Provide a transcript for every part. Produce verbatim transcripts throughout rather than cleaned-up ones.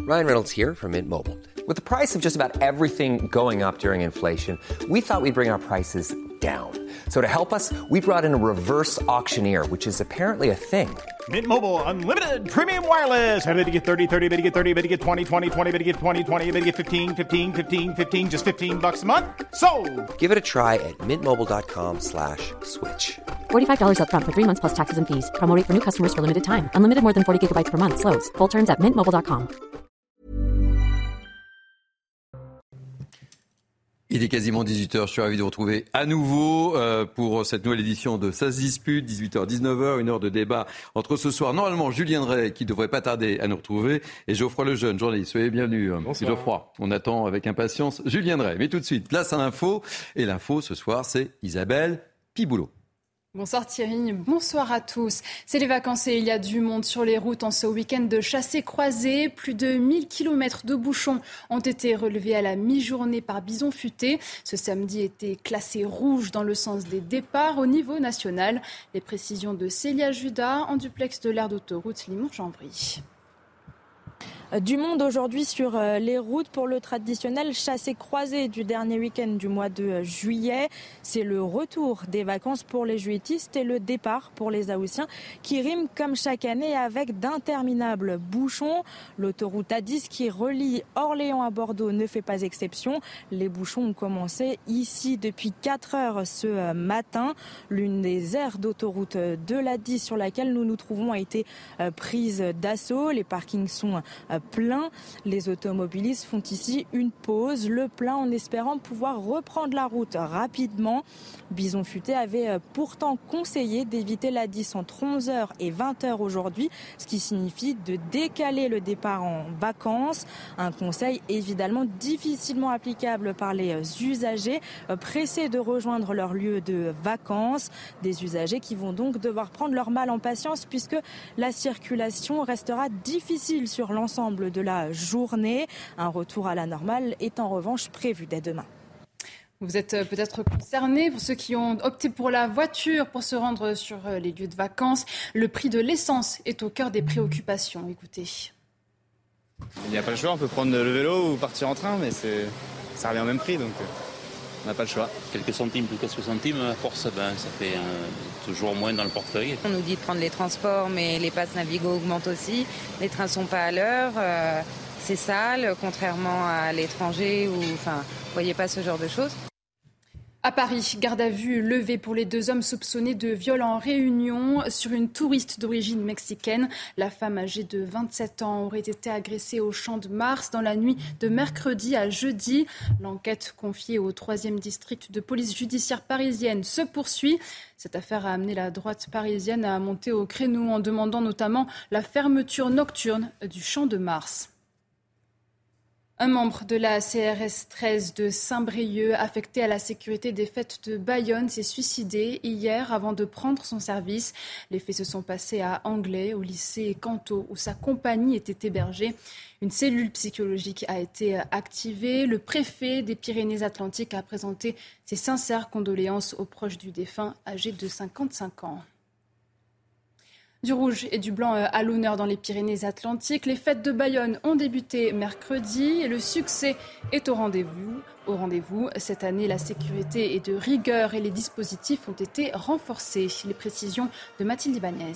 Ryan Reynolds here from Mint Mobile. With the price of just about everything going up during inflation, we thought we'd bring our prices down. So to help us, we brought in a reverse auctioneer, which is apparently a thing. Mint Mobile Unlimited Premium Wireless. How to get thirty, thirty, how to get thirty, how to get twenty, twenty, twenty, how to get twenty, twenty, how to get fifteen, fifteen, fifteen, fifteen, just fifteen bucks a month? Sold! Give it a try at mintmobile.com slash switch. forty-five dollars up front for three months plus taxes and fees. Promo rate for new customers for limited time. Unlimited more than forty gigabytes per month. Slows full terms at mint mobile dot com. Il est quasiment dix-huit heures, je suis ravi de vous retrouver à nouveau euh, pour cette nouvelle édition de Ça se dispute, dix-huit heures dix-neuf heures, une heure de débat entre ce soir, normalement Julien Drey qui devrait pas tarder à nous retrouver et Geoffroy Lejeune, journaliste. Soyez bienvenus. Bonsoir. Geoffroy, on attend avec impatience Julien Drey. Mais tout de suite, place à l'info. Et l'info ce soir, c'est Isabelle Piboulot. Bonsoir Thierry, bonsoir à tous. C'est les vacances et il y a du monde sur les routes en ce week-end de chassé-croisé. Plus de mille kilomètres de bouchons ont été relevés à la mi-journée par Bison Futé. Ce samedi était classé rouge dans le sens des départs au niveau national. Les précisions de Célia Judas en duplex de l'aire d'autoroute Limoges-en-Brie. Du monde aujourd'hui sur les routes pour le traditionnel chassé-croisé du dernier week-end du mois de juillet. C'est le retour des vacances pour les juilletistes et le départ pour les Haussiens qui rime comme chaque année avec d'interminables bouchons. L'autoroute A dix qui relie Orléans à Bordeaux ne fait pas exception. Les bouchons ont commencé ici depuis quatre heures ce matin. L'une des aires d'autoroute de l'A dix sur laquelle nous nous trouvons a été prise d'assaut. Les parkings sont plein. Les automobilistes font ici une pause, le plein en espérant pouvoir reprendre la route rapidement. Bison Futé avait pourtant conseillé d'éviter l'A dix entre onze heures et vingt heures aujourd'hui, ce qui signifie de décaler le départ en vacances. Un conseil évidemment difficilement applicable par les usagers pressés de rejoindre leur lieu de vacances. Des usagers qui vont donc devoir prendre leur mal en patience puisque la circulation restera difficile sur l'ensemble de la journée. Un retour à la normale est en revanche prévu dès demain. Vous êtes peut-être concernés, pour ceux qui ont opté pour la voiture pour se rendre sur les lieux de vacances. Le prix de l'essence est au cœur des préoccupations. Écoutez. Il n'y a pas le choix, on peut prendre le vélo ou partir en train, mais c'est... ça revient au même prix, donc on n'a pas le choix. Quelques centimes plus quelques centimes, à force, ben, ça fait euh, toujours moins dans le portefeuille. On nous dit de prendre les transports, mais les passes Navigo augmentent aussi. Les trains ne sont pas à l'heure, euh, c'est sale, contrairement à l'étranger où, enfin, vous ne voyez pas ce genre de choses. À Paris, garde à vue levée pour les deux hommes soupçonnés de viol en réunion sur une touriste d'origine mexicaine. La femme âgée de vingt-sept ans aurait été agressée au Champ de Mars dans la nuit de mercredi à jeudi. L'enquête confiée au troisième district de police judiciaire parisienne se poursuit. Cette affaire a amené la droite parisienne à monter au créneau en demandant notamment la fermeture nocturne du Champ de Mars. Un membre de la C R S treize de Saint-Brieuc, affecté à la sécurité des fêtes de Bayonne, s'est suicidé hier avant de prendre son service. Les faits se sont passés à Anglay, au lycée Canto, où sa compagnie était hébergée. Une cellule psychologique a été activée. Le préfet des Pyrénées-Atlantiques a présenté ses sincères condoléances aux proches du défunt, âgé de cinquante-cinq ans. Du rouge et du blanc à l'honneur dans les Pyrénées-Atlantiques. Les fêtes de Bayonne ont débuté mercredi et le succès est au rendez-vous. Au rendez-vous. Cette année, la sécurité est de rigueur et les dispositifs ont été renforcés. Les précisions de Mathilde Ibanez.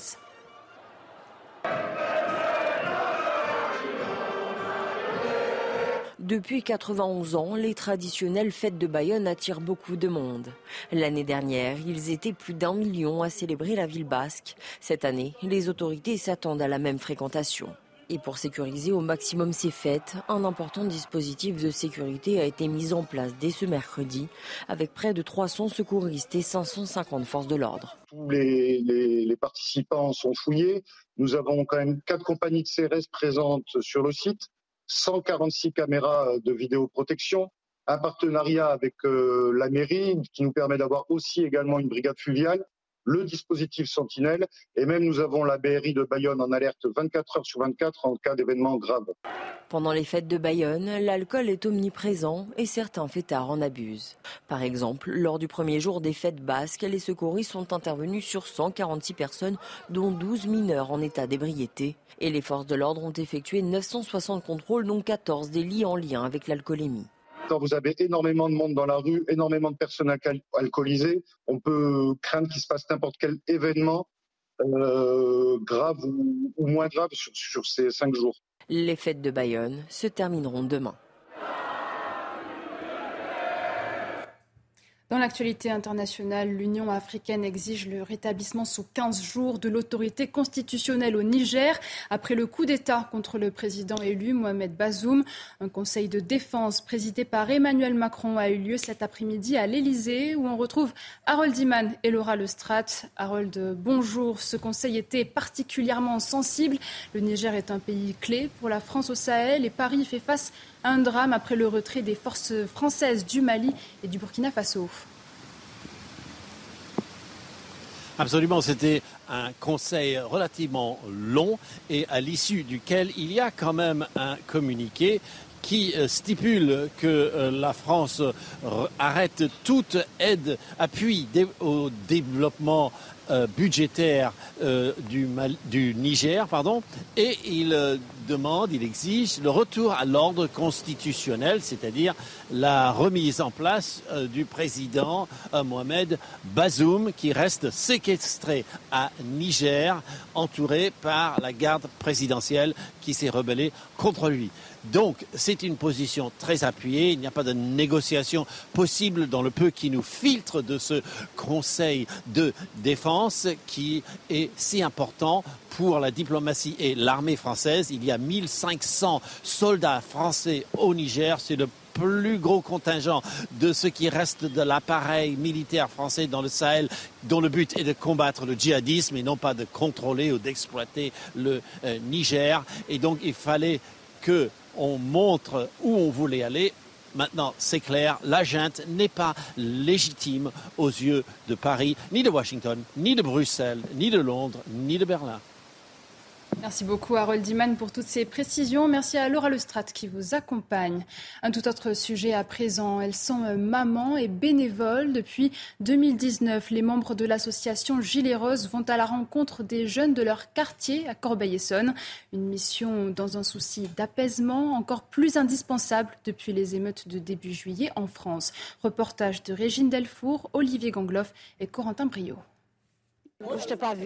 Depuis quatre-vingt-onze ans, les traditionnelles fêtes de Bayonne attirent beaucoup de monde. L'année dernière, ils étaient plus d'un million à célébrer la ville basque. Cette année, les autorités s'attendent à la même fréquentation. Et pour sécuriser au maximum ces fêtes, un important dispositif de sécurité a été mis en place dès ce mercredi, avec près de trois cents secouristes et cinq cent cinquante forces de l'ordre. Tous les, les, les participants sont fouillés. Nous avons quand même quatre compagnies de C R S présentes sur le site. cent quarante-six caméras de vidéoprotection, un partenariat avec euh, la mairie qui nous permet d'avoir aussi également une brigade fluviale le dispositif Sentinelle, et même nous avons la B R I de Bayonne en alerte vingt-quatre heures sur vingt-quatre en cas d'événement grave. Pendant les fêtes de Bayonne, l'alcool est omniprésent et certains fêtards en abusent. Par exemple, lors du premier jour des fêtes basques, les secouristes sont intervenus sur cent quarante-six personnes, dont douze mineurs en état d'ébriété. Et les forces de l'ordre ont effectué neuf cent soixante contrôles, dont quatorze délits en lien avec l'alcoolémie. Quand vous avez énormément de monde dans la rue, énormément de personnes alcool- alcoolisées, on peut craindre qu'il se passe n'importe quel événement euh, grave ou, ou moins grave sur, sur ces cinq jours. Les fêtes de Bayonne se termineront demain. Dans l'actualité internationale, l'Union africaine exige le rétablissement sous quinze jours de l'autorité constitutionnelle au Niger après le coup d'État contre le président élu Mohamed Bazoum. Un conseil de défense présidé par Emmanuel Macron a eu lieu cet après-midi à l'Élysée où on retrouve Harold Iman et Laura Lestrade. Harold, bonjour. Ce conseil était particulièrement sensible. Le Niger est un pays clé pour la France au Sahel et Paris fait face à un drame après le retrait des forces françaises du Mali et du Burkina Faso. Absolument, c'était un conseil relativement long et à l'issue duquel il y a quand même un communiqué qui stipule que la France arrête toute aide, appui au développement budgétaire du, Mal, du Niger, pardon, et il demande, il exige le retour à l'ordre constitutionnel, c'est-à-dire la remise en place du président Mohamed Bazoum, qui reste séquestré à Niger, entouré par la garde présidentielle qui s'est rebellée contre lui. Donc, c'est une position très appuyée. Il n'y a pas de négociation possible dans le peu qui nous filtre de ce Conseil de défense qui est si important pour la diplomatie et l'armée française. Il y a mille cinq cents soldats français au Niger. C'est le plus gros contingent de ce qui reste de l'appareil militaire français dans le Sahel, dont le but est de combattre le djihadisme et non pas de contrôler ou d'exploiter le euh, Niger. Et donc, il fallait que on montre où on voulait aller. Maintenant, c'est clair, la junte n'est pas légitime aux yeux de Paris, ni de Washington, ni de Bruxelles, ni de Londres, ni de Berlin. Merci beaucoup Harold Iman pour toutes ces précisions. Merci à Laura Lestrade qui vous accompagne. Un tout autre sujet à présent. Elles sont mamans et bénévoles. Depuis deux mille dix-neuf, les membres de l'association Gilets Roses vont à la rencontre des jeunes de leur quartier à Corbeil-Essonnes. Une mission dans un souci d'apaisement encore plus indispensable depuis les émeutes de début juillet en France. Reportage de Régine Delfour, Olivier Gangloff et Corentin Brio. Je t'ai pas vu.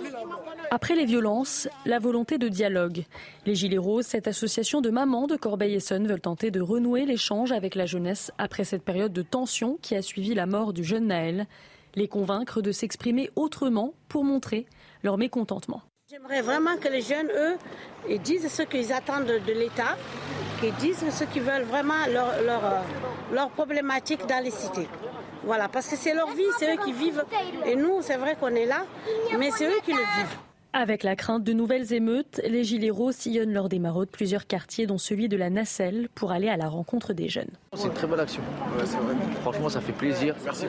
Après les violences, la volonté de dialogue. Les Gilets Roses, cette association de mamans de Corbeil-Essonnes, veulent tenter de renouer l'échange avec la jeunesse après cette période de tension qui a suivi la mort du jeune Naël. Les convaincre de s'exprimer autrement pour montrer leur mécontentement. J'aimerais vraiment que les jeunes, eux, ils disent ce qu'ils attendent de, de l'État, qu'ils disent ce qu'ils veulent vraiment, leur, leur, leur problématique dans les cités. Voilà, parce que c'est leur vie, c'est eux qui vivent. Et nous, c'est vrai qu'on est là, mais c'est eux qui le vivent. Avec la crainte de nouvelles émeutes, les Gilets Roses sillonnent lors des maraudes plusieurs quartiers, dont celui de la Nacelle, pour aller à la rencontre des jeunes. C'est une très bonne action. Ouais, c'est vrai. Franchement, ça fait plaisir. Merci.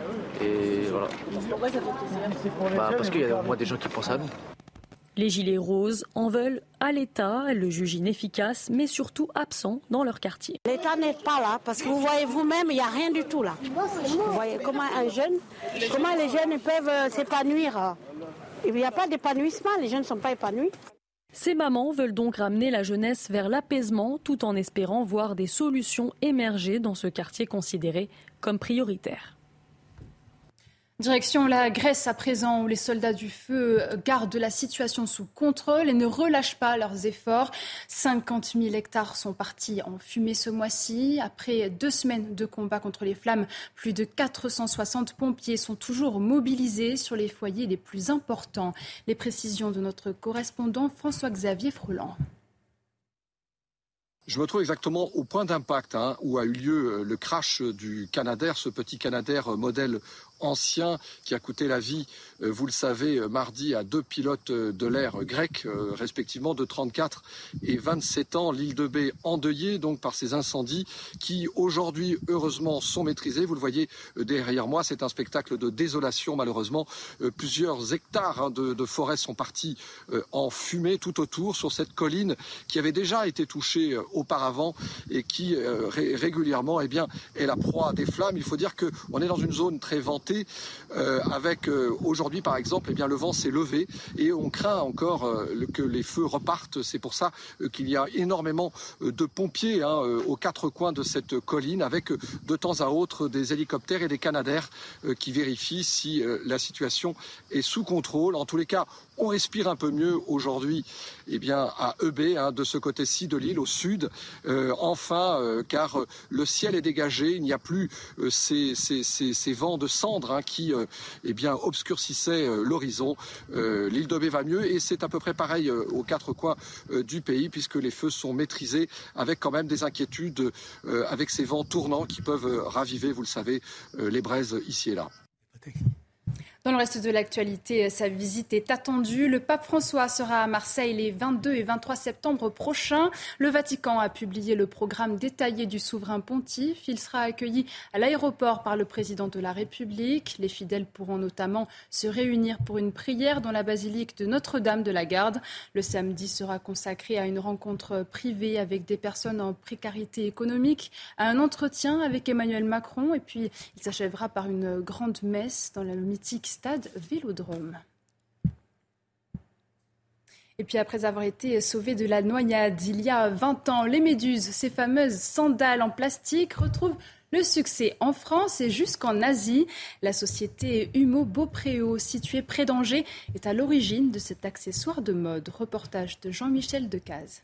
Et voilà. Pourquoi ça fait plaisir ? Bah, parce qu'il y a au moins des gens qui pensent à nous. Les Gilets Roses en veulent à l'État. Elles le jugent inefficace, mais surtout absent dans leur quartier. L'État n'est pas là, parce que vous voyez vous-même, il n'y a rien du tout là. Vous voyez comment un jeune, comment les jeunes peuvent s'épanouir. Il n'y a pas d'épanouissement, les jeunes ne sont pas épanouis. Ces mamans veulent donc ramener la jeunesse vers l'apaisement, tout en espérant voir des solutions émerger dans ce quartier considéré comme prioritaire. Direction la Grèce à présent, où les soldats du feu gardent la situation sous contrôle et ne relâchent pas leurs efforts. cinquante mille hectares sont partis en fumée ce mois-ci. Après deux semaines de combat contre les flammes, plus de quatre cent soixante pompiers sont toujours mobilisés sur les foyers les plus importants. Les précisions de notre correspondant François-Xavier Freland. Je me trouve exactement au point d'impact hein, où a eu lieu le crash du Canadair, ce petit Canadair modèle ancien qui a coûté la vie, euh, vous le savez, euh, mardi à deux pilotes euh, de l'air grecs, euh, respectivement de trente-quatre et vingt-sept ans. L'île de Bé endeuillée donc par ces incendies qui aujourd'hui heureusement sont maîtrisés. Vous le voyez euh, derrière moi, c'est un spectacle de désolation malheureusement. Euh, plusieurs hectares hein, de, de forêt sont partis euh, en fumée tout autour sur cette colline qui avait déjà été touchée euh, auparavant et qui euh, ré- régulièrement eh bien, est la proie des flammes. Il faut dire qu'on est dans une zone très ventée euh, avec euh, aujourd'hui par exemple eh bien, le vent s'est levé et on craint encore euh, que les feux repartent. C'est pour ça euh, qu'il y a énormément euh, de pompiers hein, euh, aux quatre coins de cette colline avec euh, de temps à autre des hélicoptères et des canadaires euh, qui vérifient si euh, la situation est sous contrôle. En tous les cas, on respire un peu mieux aujourd'hui eh bien, à Eubée, hein, de ce côté-ci de l'île, au sud. Euh, enfin, euh, car euh, le ciel est dégagé, il n'y a plus euh, ces, ces, ces, ces vents de cendres hein, qui euh, eh bien, obscurcissaient euh, l'horizon. Euh, l'île d'Eubée va mieux et c'est à peu près pareil euh, aux quatre coins euh, du pays puisque les feux sont maîtrisés avec quand même des inquiétudes euh, avec ces vents tournants qui peuvent euh, raviver, vous le savez, euh, les braises ici et là. Dans le reste de l'actualité, sa visite est attendue. Le pape François sera à Marseille les vingt-deux et vingt-trois septembre prochains. Le Vatican a publié le programme détaillé du souverain pontife. Il sera accueilli à l'aéroport par le président de la République. Les fidèles pourront notamment se réunir pour une prière dans la basilique de Notre-Dame de la Garde. Le samedi sera consacré à une rencontre privée avec des personnes en précarité économique, à un entretien avec Emmanuel Macron et puis il s'achèvera par une grande messe dans le mythique stade Vélodrome. Et puis après avoir été sauvés de la noyade il y a vingt ans, les méduses, ces fameuses sandales en plastique, retrouvent le succès en France et jusqu'en Asie. La société Humo Beaupréau, située près d'Angers, est à l'origine de cet accessoire de mode. Reportage de Jean-Michel Decaze.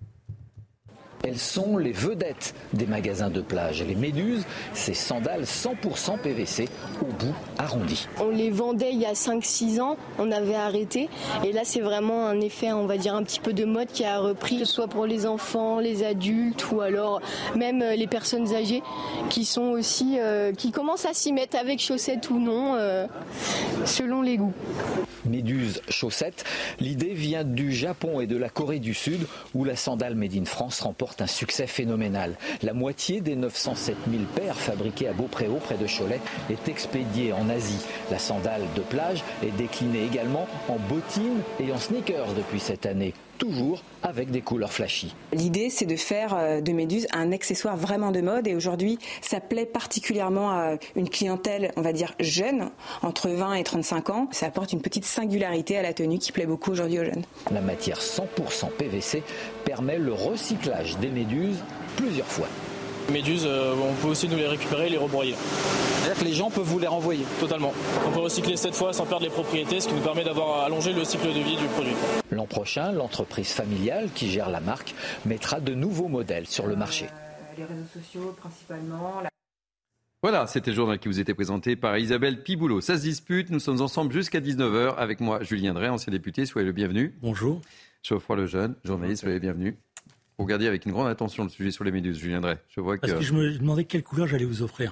Elles sont les vedettes des magasins de plage. Les méduses, ces sandales cent pour cent P V C au bout arrondi. On les vendait il y a cinq six ans, on avait arrêté. Et là, c'est vraiment un effet, on va dire, un petit peu de mode qui a repris, que ce soit pour les enfants, les adultes ou alors même les personnes âgées qui sont aussi, euh, qui commencent à s'y mettre avec chaussettes ou non, euh, selon les goûts. Méduse chaussettes, l'idée vient du Japon et de la Corée du Sud où la sandale Made in France remporte un succès phénoménal. La moitié des neuf cent sept mille paires fabriquées à Beaupréau près de Cholet est expédiée en Asie. La sandale de plage est déclinée également en bottines et en sneakers depuis cette année, toujours avec des couleurs flashy. L'idée, c'est de faire de Méduse un accessoire vraiment de mode et aujourd'hui, ça plaît particulièrement à une clientèle, on va dire, jeune, entre vingt et trente-cinq ans. Ça apporte une petite singularité à la tenue qui plaît beaucoup aujourd'hui aux jeunes. La matière cent pour cent P V C permet le recyclage des méduses plusieurs fois. Les méduses, euh, on peut aussi nous les récupérer et les rebroyer. C'est-à-dire que les gens peuvent vous les renvoyer? Totalement. On peut recycler sept fois sans perdre les propriétés, ce qui nous permet d'avoir allongé le cycle de vie du produit. L'an prochain, l'entreprise familiale qui gère la marque mettra de nouveaux modèles sur le marché. Euh, les réseaux sociaux principalement. La... Voilà, c'était le journal qui vous était présenté par Isabelle Piboulot. Ça se dispute, nous sommes ensemble jusqu'à dix-neuf heures avec moi, Julien Drey, ancien député, soyez le bienvenu. Bonjour. Geoffroy Lejeune, journaliste, soyez le bienvenu. Vous regardez avec une grande attention le sujet sur les méduses, Julien Drey. Je vois que... Parce que je me demandais quelle couleur j'allais vous offrir.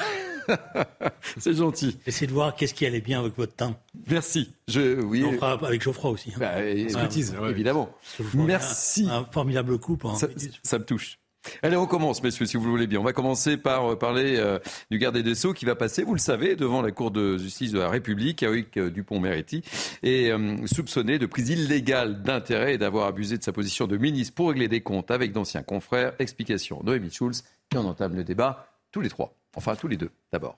C'est gentil. Essayez de voir qu'est-ce qui allait bien avec votre teint. Merci. Je, oui. On fera avec Geoffroy aussi. Hein. Bah, expertise, ouais, évidemment. Merci. Un, un formidable couple. Hein. Ça, ça me touche. Allez, on commence, messieurs, si vous le voulez bien. On va commencer par parler euh, du garde des Sceaux qui va passer, vous le savez, devant la Cour de justice de la République, Eric Dupond-Moretti, est euh, soupçonné de prise illégale d'intérêt et d'avoir abusé de sa position de ministre pour régler des comptes avec d'anciens confrères. Explication, Noémie Schulz, et on entame le débat tous les trois. Enfin, tous les deux, d'abord.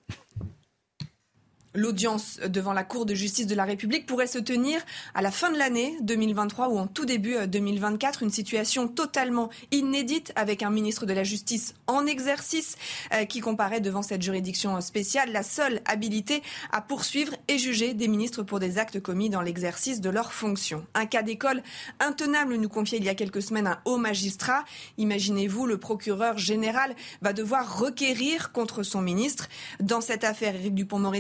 L'audience devant la Cour de justice de la République pourrait se tenir à la fin de l'année deux mille vingt-trois ou en tout début deux mille vingt-quatre. Une situation totalement inédite avec un ministre de la Justice en exercice euh, qui comparaît devant cette juridiction spéciale, la seule habilité à poursuivre et juger des ministres pour des actes commis dans l'exercice de leurs fonctions. Un cas d'école intenable nous confiait il y a quelques semaines un haut magistrat. Imaginez-vous, le procureur général va devoir requérir contre son ministre. Dans cette affaire, Éric Dupond-Moretti a toujours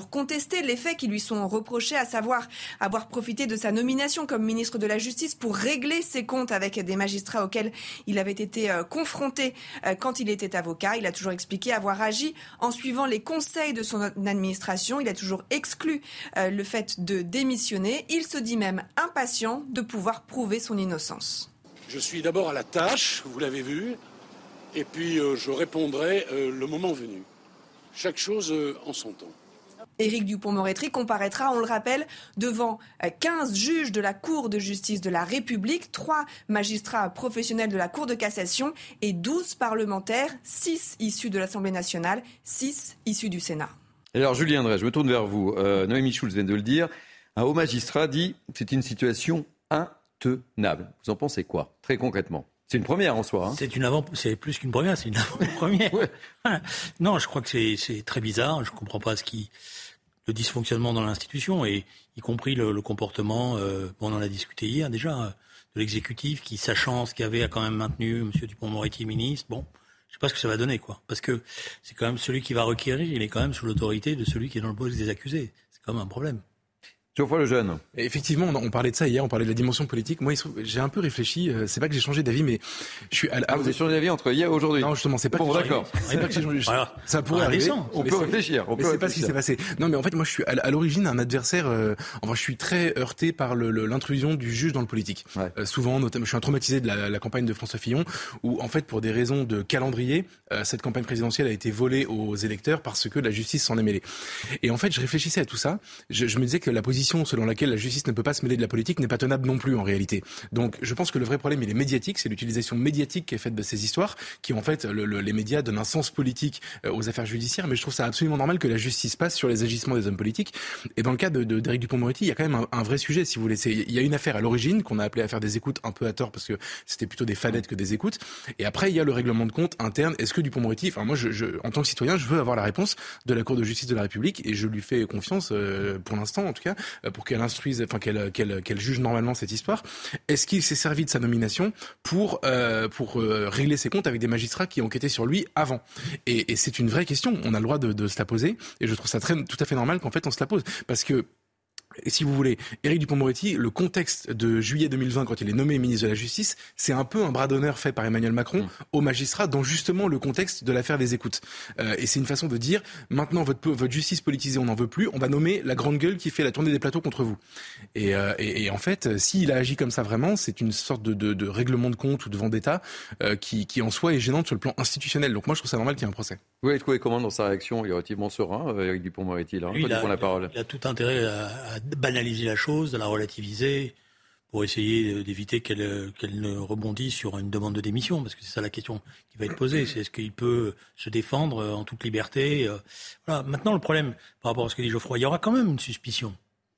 toujours contesté les faits qui lui sont reprochés, à savoir avoir profité de sa nomination comme ministre de la Justice pour régler ses comptes avec des magistrats auxquels il avait été euh, confronté euh, quand il était avocat. Il a toujours expliqué avoir agi en suivant les conseils de son administration. Il a toujours exclu euh, le fait de démissionner. Il se dit même impatient de pouvoir prouver son innocence. Je suis d'abord à la tâche, vous l'avez vu, et puis euh, je répondrai euh, le moment venu. Chaque chose euh, en son temps. Éric Dupond-Moretti comparaîtra, on le rappelle, devant quinze juges de la Cour de justice de la République, trois magistrats professionnels de la Cour de cassation et douze parlementaires, six issus de l'Assemblée nationale, six issus du Sénat. Et alors Julien Drey, je me tourne vers vous. Euh, Noémie Schulz vient de le dire. Un haut magistrat dit que c'est une situation intenable. Vous en pensez quoi, très concrètement ? C'est une première en soi. Hein. C'est une avant, c'est plus qu'une première, c'est une avant-première. Ouais. Voilà. Non, je crois que c'est, c'est très bizarre. Je ne comprends pas ce qui, le dysfonctionnement dans l'institution, et y compris le, le comportement. Euh, on en a discuté hier déjà de l'exécutif qui, sachant ce qu'avait a quand même maintenu M. Dupond-Moretti ministre. Bon, je ne sais pas ce que ça va donner, quoi. Parce que c'est quand même celui qui va requérir, il est quand même sous l'autorité de celui qui est dans le poste des accusés. C'est quand même un problème. Geoffroy Lejeune. Effectivement, on parlait de ça hier, on parlait de la dimension politique. Moi, j'ai un peu réfléchi. C'est pas que j'ai changé d'avis, mais je suis. À... Ah, vous avez changé d'avis entre hier et aujourd'hui ? Non, justement, c'est pas. Bon, que d'accord. C'est pas que j'ai changé. Voilà. Ça pourrait arriver. On peut réfléchir. On mais peut c'est pas ce qui s'est passé. Non, mais en fait, moi, je suis à l'origine un adversaire. Euh... Enfin, je suis très heurté par le, le, l'intrusion du juge dans le politique. Ouais. Euh, souvent, notamment, je suis un traumatisé de la, la campagne de François Fillon, où en fait, pour des raisons de calendrier, euh, cette campagne présidentielle a été volée aux électeurs parce que la justice s'en est mêlée. Et en fait, je réfléchissais à tout ça. Je, je me disais que la position selon laquelle la justice ne peut pas se mêler de la politique n'est pas tenable non plus en réalité. Donc je pense que le vrai problème il est médiatique, c'est l'utilisation médiatique qui est faite de ces histoires, qui en fait le, le, les médias donnent un sens politique euh, aux affaires judiciaires, mais je trouve ça absolument normal que la justice passe sur les agissements des hommes politiques. Et dans le cas de, de, d'Éric Dupond-Moretti, il y a quand même un, un vrai sujet, si vous voulez. C'est, il y a une affaire à l'origine qu'on a appelé affaire des écoutes, un peu à tort parce que c'était plutôt des fadettes que des écoutes. Et après il y a le règlement de compte interne. Est-ce que Dupond-Moretti, enfin moi je, je, en tant que citoyen, je veux avoir la réponse de la Cour de justice de la République et je lui fais confiance euh, pour l'instant en tout cas pour qu'elle instruise, enfin qu'elle, qu'elle, qu'elle juge normalement cette histoire. Est-ce qu'il s'est servi de sa nomination pour euh, pour euh, régler ses comptes avec des magistrats qui enquêtaient sur lui avant ? Et, et c'est une vraie question. On a le droit de, de se la poser. Et je trouve ça très, tout à fait normal qu'en fait on se la pose, parce que et si vous voulez, Éric Dupond-Moretti, le contexte de juillet deux mille vingt, quand il est nommé ministre de la Justice, c'est un peu un bras d'honneur fait par Emmanuel Macron mmh. aux magistrats dans justement le contexte de l'affaire des écoutes. Euh, et c'est une façon de dire, maintenant votre, votre justice politisée, on n'en veut plus, on va nommer la grande gueule qui fait la tournée des plateaux contre vous. Et, euh, et, et en fait, s'il a agi comme ça vraiment, c'est une sorte de, de, de règlement de compte ou de vendetta euh, qui, qui en soi est gênante sur le plan institutionnel. Donc moi, je trouve ça normal qu'il y ait un procès. Vous avez trouvé comment dans sa réaction ? Il est relativement serein, Éric Dupond-Moretti, là. Lui, il, a, la parole. il a tout intérêt à, à banaliser la chose, de la relativiser, pour essayer d'éviter qu'elle, qu'elle ne rebondisse sur une demande de démission, parce que c'est ça la question qui va être posée, c'est est-ce qu'il peut se défendre en toute liberté. Voilà. Maintenant, le problème, par rapport à ce que dit Geoffroy, il y aura quand même une suspicion.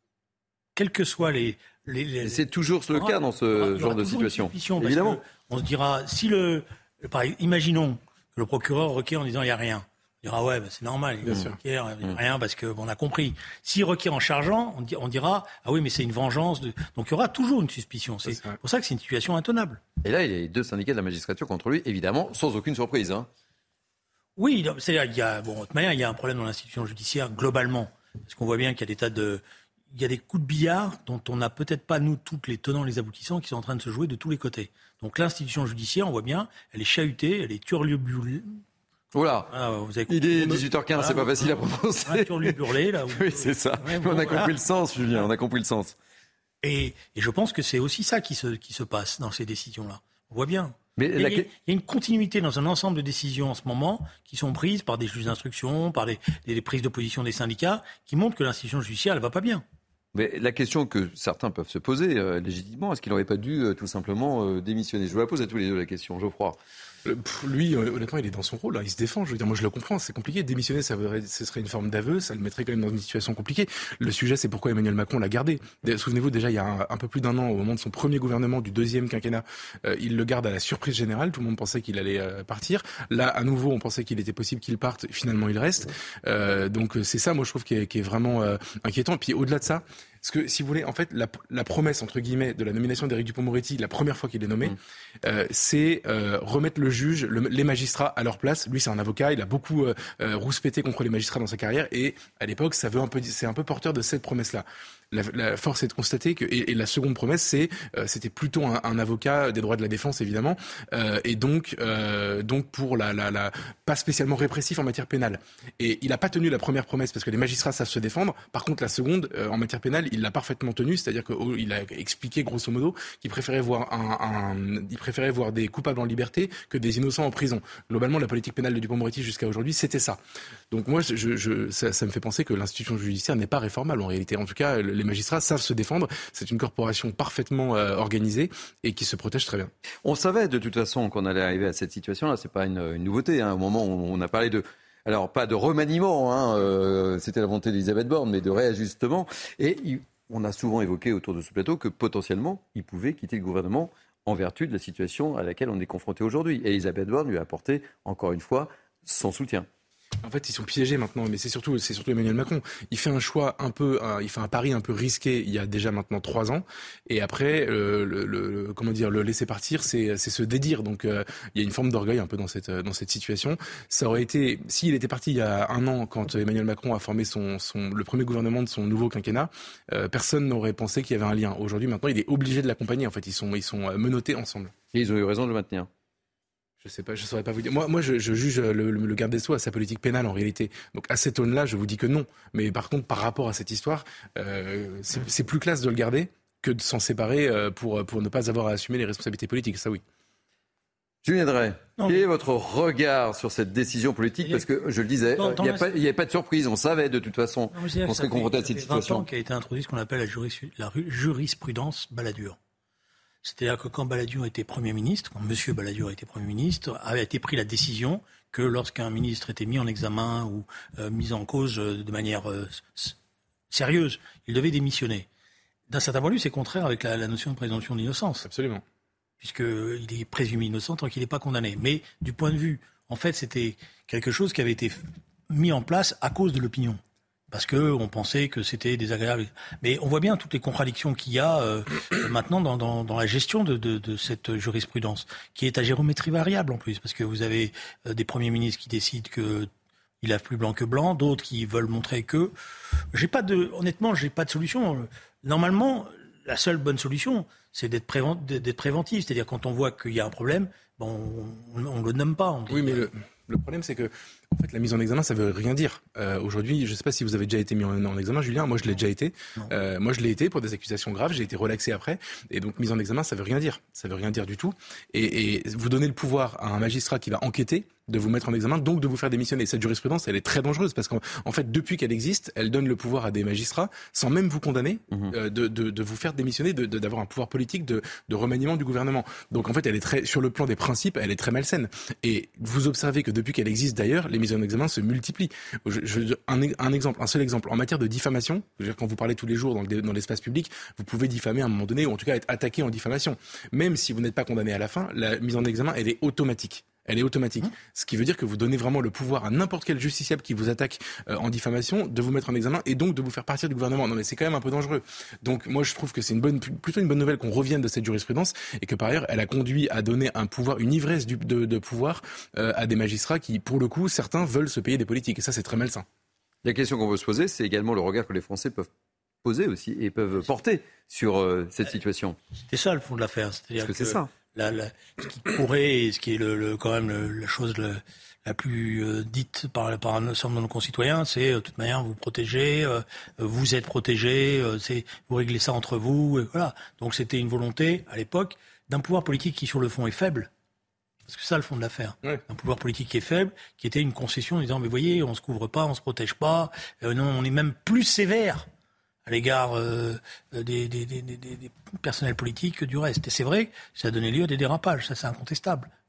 Quels que soient les... les, les... C'est toujours le cas dans ce aura, genre de situation. Évidemment. On se dira, si le... Pareil, imaginons que le procureur requiert en disant il n'y a rien. On dira ouais, bah, c'est normal, il n'y a mmh. rien parce que bon, on a compris. S'il requiert en chargeant, on dira ah oui, mais c'est une vengeance. De... Donc il y aura toujours une suspicion. C'est, c'est pour ça que c'est une situation intenable. Et là, il y a les deux syndicats de la magistrature contre lui, évidemment, sans aucune surprise. Hein. Oui, c'est-à-dire il y a bon, de toute manière, il y a un problème dans l'institution judiciaire globalement, parce qu'on voit bien qu'il y a des tas de, il y a des coups de billard dont on n'a peut-être pas nous toutes les tenants, les aboutissants, qui sont en train de se jouer de tous les côtés. Donc l'institution judiciaire, on voit bien, elle est chahutée, elle est turlubulée. Voilà. Ah, vous avez il est dix-huit heures quinze, voilà, c'est pas facile à prononcer. Un turluburlé, là. Où... oui, c'est ça. Ouais, bon, on a voilà. compris le sens, Julien, on a compris le sens. Et, et je pense que c'est aussi ça qui se, qui se passe dans ces décisions-là. On voit bien. Mais il, y a, la... il y a une continuité dans un ensemble de décisions en ce moment qui sont prises par des juges d'instruction, par des, des, des prises de position des syndicats, qui montrent que l'institution judiciaire, elle va pas bien. Mais la question que certains peuvent se poser euh, légitimement, est-ce qu'il n'aurait pas dû euh, tout simplement euh, démissionner ? Je vous la pose à tous les deux la question, Geoffroy. Lui, honnêtement, il est dans son rôle, là. Il se défend. Je veux dire, moi, je le comprends. C'est compliqué. Démissionner, ça veut, ce serait une forme d'aveu. Ça le mettrait quand même dans une situation compliquée. Le sujet, c'est pourquoi Emmanuel Macron l'a gardé. Souvenez-vous, déjà, il y a un, un peu plus d'un an, au moment de son premier gouvernement, du deuxième quinquennat, euh, il le garde à la surprise générale. Tout le monde pensait qu'il allait euh, partir. Là, à nouveau, on pensait qu'il était possible qu'il parte. Finalement, il reste. Euh, donc, c'est ça, moi, je trouve, qui est, qui est vraiment euh, inquiétant. Et puis, au-delà de ça, Parce que, si vous voulez, en fait, la, la promesse, entre guillemets, de la nomination d'Éric Dupond-Moretti, la première fois qu'il est nommé, mmh. euh, c'est euh, remettre le juge, le, les magistrats à leur place. Lui, c'est un avocat, il a beaucoup euh, euh, rouspété contre les magistrats dans sa carrière, et à l'époque, ça veut un peu, c'est un peu porteur de cette promesse-là. La, la force est de constater que, et, et la seconde promesse, c'est, euh, c'était plutôt un, un avocat des droits de la défense, évidemment, euh, et donc, euh, donc pour la, la, la, pas spécialement répressif en matière pénale. Et il n'a pas tenu la première promesse parce que les magistrats savent se défendre. Par contre, la seconde, euh, en matière pénale, il l'a parfaitement tenue, c'est-à-dire qu'il a expliqué grosso modo qu'il préférait voir un, un, il préférait voir des coupables en liberté que des innocents en prison. Globalement, la politique pénale de Dupond-Moretti jusqu'à aujourd'hui, c'était ça. Donc moi, je, je, ça, ça me fait penser que l'institution judiciaire n'est pas réformable en réalité. En tout cas, les magistrats savent se défendre. C'est une corporation parfaitement euh, organisée et qui se protège très bien. On savait de toute façon qu'on allait arriver à cette situation-là. C'est pas une, une nouveauté. Hein. Au moment où on a parlé de, alors pas de remaniement, hein, euh, c'était la volonté d'Elisabeth Borne, mais de réajustement. Et il, on a souvent évoqué autour de ce plateau que potentiellement, il pouvait quitter le gouvernement en vertu de la situation à laquelle on est confronté aujourd'hui. Et Elisabeth Borne lui a apporté, encore une fois, son soutien. En fait, ils sont piégés maintenant, mais c'est surtout, c'est surtout Emmanuel Macron. Il fait un choix un peu, un, il fait un pari un peu risqué il y a déjà maintenant trois ans, et après, euh, le, le, comment dire, le laisser partir, c'est, c'est se dédire. Donc, euh, il y a une forme d'orgueil un peu dans cette, dans cette situation. Ça aurait été, s'il était parti il y a un an, quand Emmanuel Macron a formé son, son, le premier gouvernement de son nouveau quinquennat, euh, personne n'aurait pensé qu'il y avait un lien. Aujourd'hui, maintenant, il est obligé de l'accompagner. En fait, ils sont, ils sont menottés ensemble. Et ils ont eu raison de le maintenir. Je sais pas, je saurais pas vous dire. Moi, moi, je, je juge le, le garde des Sceaux à sa politique pénale en réalité. Donc à cette aune-là, je vous dis que non. Mais par contre, par rapport à cette histoire, euh, c'est, c'est plus classe de le garder que de s'en séparer euh, pour pour ne pas avoir à assumer les responsabilités politiques. Ça, oui. Julien Drey, quel est votre regard sur cette décision politique ? Parce que je le disais, il n'y avait pas de surprise. On savait de toute façon non, qu'on serait confronté à cette situation. vingt ans qu'a été introduit ce qu'on appelle la, juris, la jurisprudence Balladur. C'est-à-dire que quand Balladur était Premier ministre, quand M. Balladur était Premier ministre, avait été pris la décision que lorsqu'un ministre était mis en examen ou euh, mis en cause euh, de manière euh, s- sérieuse, il devait démissionner. D'un certain point de vue, c'est contraire avec la, la notion de présomption d'innocence. Absolument. Puisqu'il est présumé innocent tant qu'il n'est pas condamné. Mais du point de vue, en fait, c'était quelque chose qui avait été mis en place à cause de l'opinion. Parce qu'on pensait que c'était désagréable. Mais on voit bien toutes les contradictions qu'il y a euh, maintenant dans, dans, dans la gestion de, de, de cette jurisprudence, qui est à géométrie variable en plus, parce que vous avez euh, des premiers ministres qui décident que il lave plus blanc que blanc, d'autres qui veulent montrer que... J'ai pas de, honnêtement, j'ai pas de solution. Normalement, la seule bonne solution, c'est d'être, prévent, d'être préventif. C'est-à-dire quand on voit qu'il y a un problème, bon, on ne le nomme pas. On dit, oui, mais le, le problème, c'est que en fait, la mise en examen, ça veut rien dire. Euh, aujourd'hui, je ne sais pas si vous avez déjà été mis en, en examen, Julien. Moi, je l'ai déjà été. Euh, moi, je l'ai été pour des accusations graves. J'ai été relaxé après. Et donc, mise en examen, ça veut rien dire. Ça veut rien dire du tout. Et, et vous donnez le pouvoir à un magistrat qui va enquêter de vous mettre en examen, donc de vous faire démissionner. Cette jurisprudence, elle est très dangereuse parce qu'en en fait, depuis qu'elle existe, elle donne le pouvoir à des magistrats, sans même vous condamner, mmh. euh, de, de, de vous faire démissionner, de, de, d'avoir un pouvoir politique de, de remaniement du gouvernement. Donc en fait, elle est très, sur le plan des principes, elle est très malsaine. Et vous observez que depuis qu'elle existe d'ailleurs, les mises en examen se multiplient. Je, je, un, un exemple, un seul exemple. En matière de diffamation, je veux dire, quand vous parlez tous les jours dans, le, dans l'espace public, vous pouvez diffamer à un moment donné, ou en tout cas être attaqué en diffamation. Même si vous n'êtes pas condamné à la fin, la mise en examen, elle est automatique. Elle est automatique. Mmh. Ce qui veut dire que vous donnez vraiment le pouvoir à n'importe quel justiciable qui vous attaque euh, en diffamation de vous mettre en examen et donc de vous faire partir du gouvernement. Non mais c'est quand même un peu dangereux. Donc moi je trouve que c'est une bonne, plutôt une bonne nouvelle qu'on revienne de cette jurisprudence et que par ailleurs elle a conduit à donner un pouvoir, une ivresse du, de, de pouvoir euh, à des magistrats qui pour le coup certains veulent se payer des politiques et ça c'est très malsain. La question qu'on veut se poser c'est également le regard que les Français peuvent poser aussi et peuvent porter sur euh, cette situation. C'était ça le fond de l'affaire. C'est-à-dire Parce que, que c'est ça. La, la, ce qui pourrait, et ce qui est le, le, quand même le, la chose le, la plus euh, dite par, par un certain nombre de nos concitoyens, c'est euh, de toute manière vous protégez, euh, vous êtes protégés, euh, c'est, vous réglez ça entre vous, et voilà. Donc c'était une volonté, à l'époque, d'un pouvoir politique qui sur le fond est faible, parce que c'est ça le fond de l'affaire, ouais. Un pouvoir politique qui est faible, qui était une concession en disant, mais voyez, on se couvre pas, on se protège pas, euh, non, on est même plus sévère à l'égard euh, des, des, des, des, des personnels politiques que du reste. Et c'est vrai, ça a donné lieu à des dérapages, ça c'est incontestable. Voilà.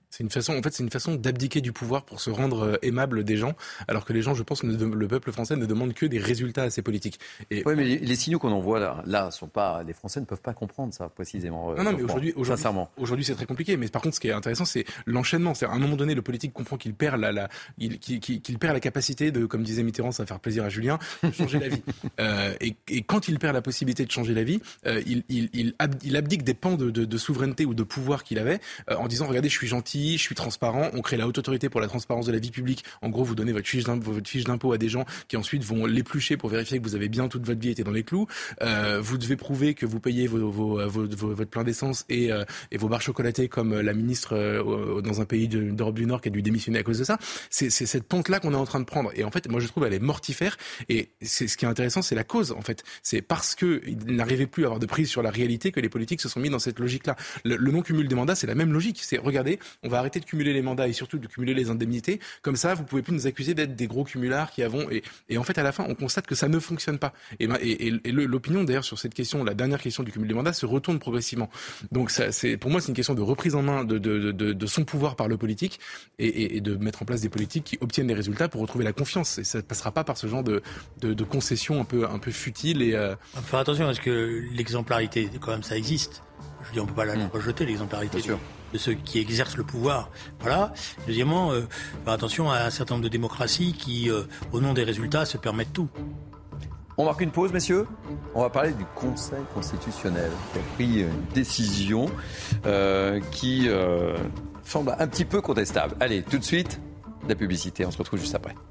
C'est une façon, en fait, c'est une façon d'abdiquer du pouvoir pour se rendre euh, aimable des gens, alors que les gens, je pense, ne, le peuple français ne demande que des résultats à ces politiques. Et... Oui, mais les, les signaux qu'on envoie là, là, sont pas, les Français ne peuvent pas comprendre ça précisément. Euh, non, non, mais aujourd'hui, aujourd'hui, sincèrement, aujourd'hui, c'est très compliqué. Mais par contre, ce qui est intéressant, c'est l'enchaînement. C'est à un moment donné, le politique comprend qu'il perd la, la il, qu'il, qu'il perd la capacité de, comme disait Mitterrand, ça va faire plaisir à Julien, de changer la vie. Euh, et, et quand il perd la possibilité de changer la vie, euh, il, il, il, ab, il abdique des pans de, de, de souveraineté ou de pouvoir qu'il avait, euh, en disant regardez, je suis gentil, je suis transparent. On crée la haute autorité pour la transparence de la vie publique. En gros, vous donnez votre fiche d'impôt, votre fiche d'impôt à des gens qui ensuite vont l'éplucher pour vérifier que vous avez bien toute votre vie été dans les clous. Euh, vous devez prouver que vous payez vos, vos, vos, vos, votre plein d'essence et, euh, et vos barres chocolatées comme la ministre euh, dans un pays de, d'Europe du Nord qui a dû démissionner à cause de ça. C'est, c'est cette pente-là qu'on est en train de prendre. Et en fait, moi, je trouve elle est mortifère. Et c'est, ce qui est intéressant, c'est la cause, en fait. C'est parce qu'ils n'arrivaient plus à avoir de prise sur la réalité que les politiques se sont mis dans cette logique-là. Le, le non-cumul des mandats, c'est la même logique. C'est, regardez, on va arrêter de cumuler les mandats et surtout de cumuler les indemnités. Comme ça, vous pouvez plus nous accuser d'être des gros cumulards qui avons... Et, et en fait, à la fin, on constate que ça ne fonctionne pas. Et, et, et, et le, l'opinion, d'ailleurs, sur cette question, la dernière question du cumul des mandats, se retourne progressivement. Donc, ça, c'est, pour moi, c'est une question de reprise en main de, de, de, de son pouvoir par le politique et, et, et de mettre en place des politiques qui obtiennent des résultats pour retrouver la confiance. Et ça ne passera pas par ce genre de, de, de concessions un peu, un peu futiles. Et, euh... Il faut faire attention parce que l'exemplarité, quand même, ça existe. Je dis, on ne peut pas la mmh. rejeter, l'exemplarité de, de ceux qui exercent le pouvoir. Voilà. Deuxièmement, euh, faire attention à un certain nombre de démocraties qui, euh, au nom des résultats, se permettent tout. On marque une pause, messieurs. On va parler du Conseil constitutionnel qui a pris une décision euh, qui euh, semble un petit peu contestable. Allez, tout de suite, la publicité. On se retrouve juste après.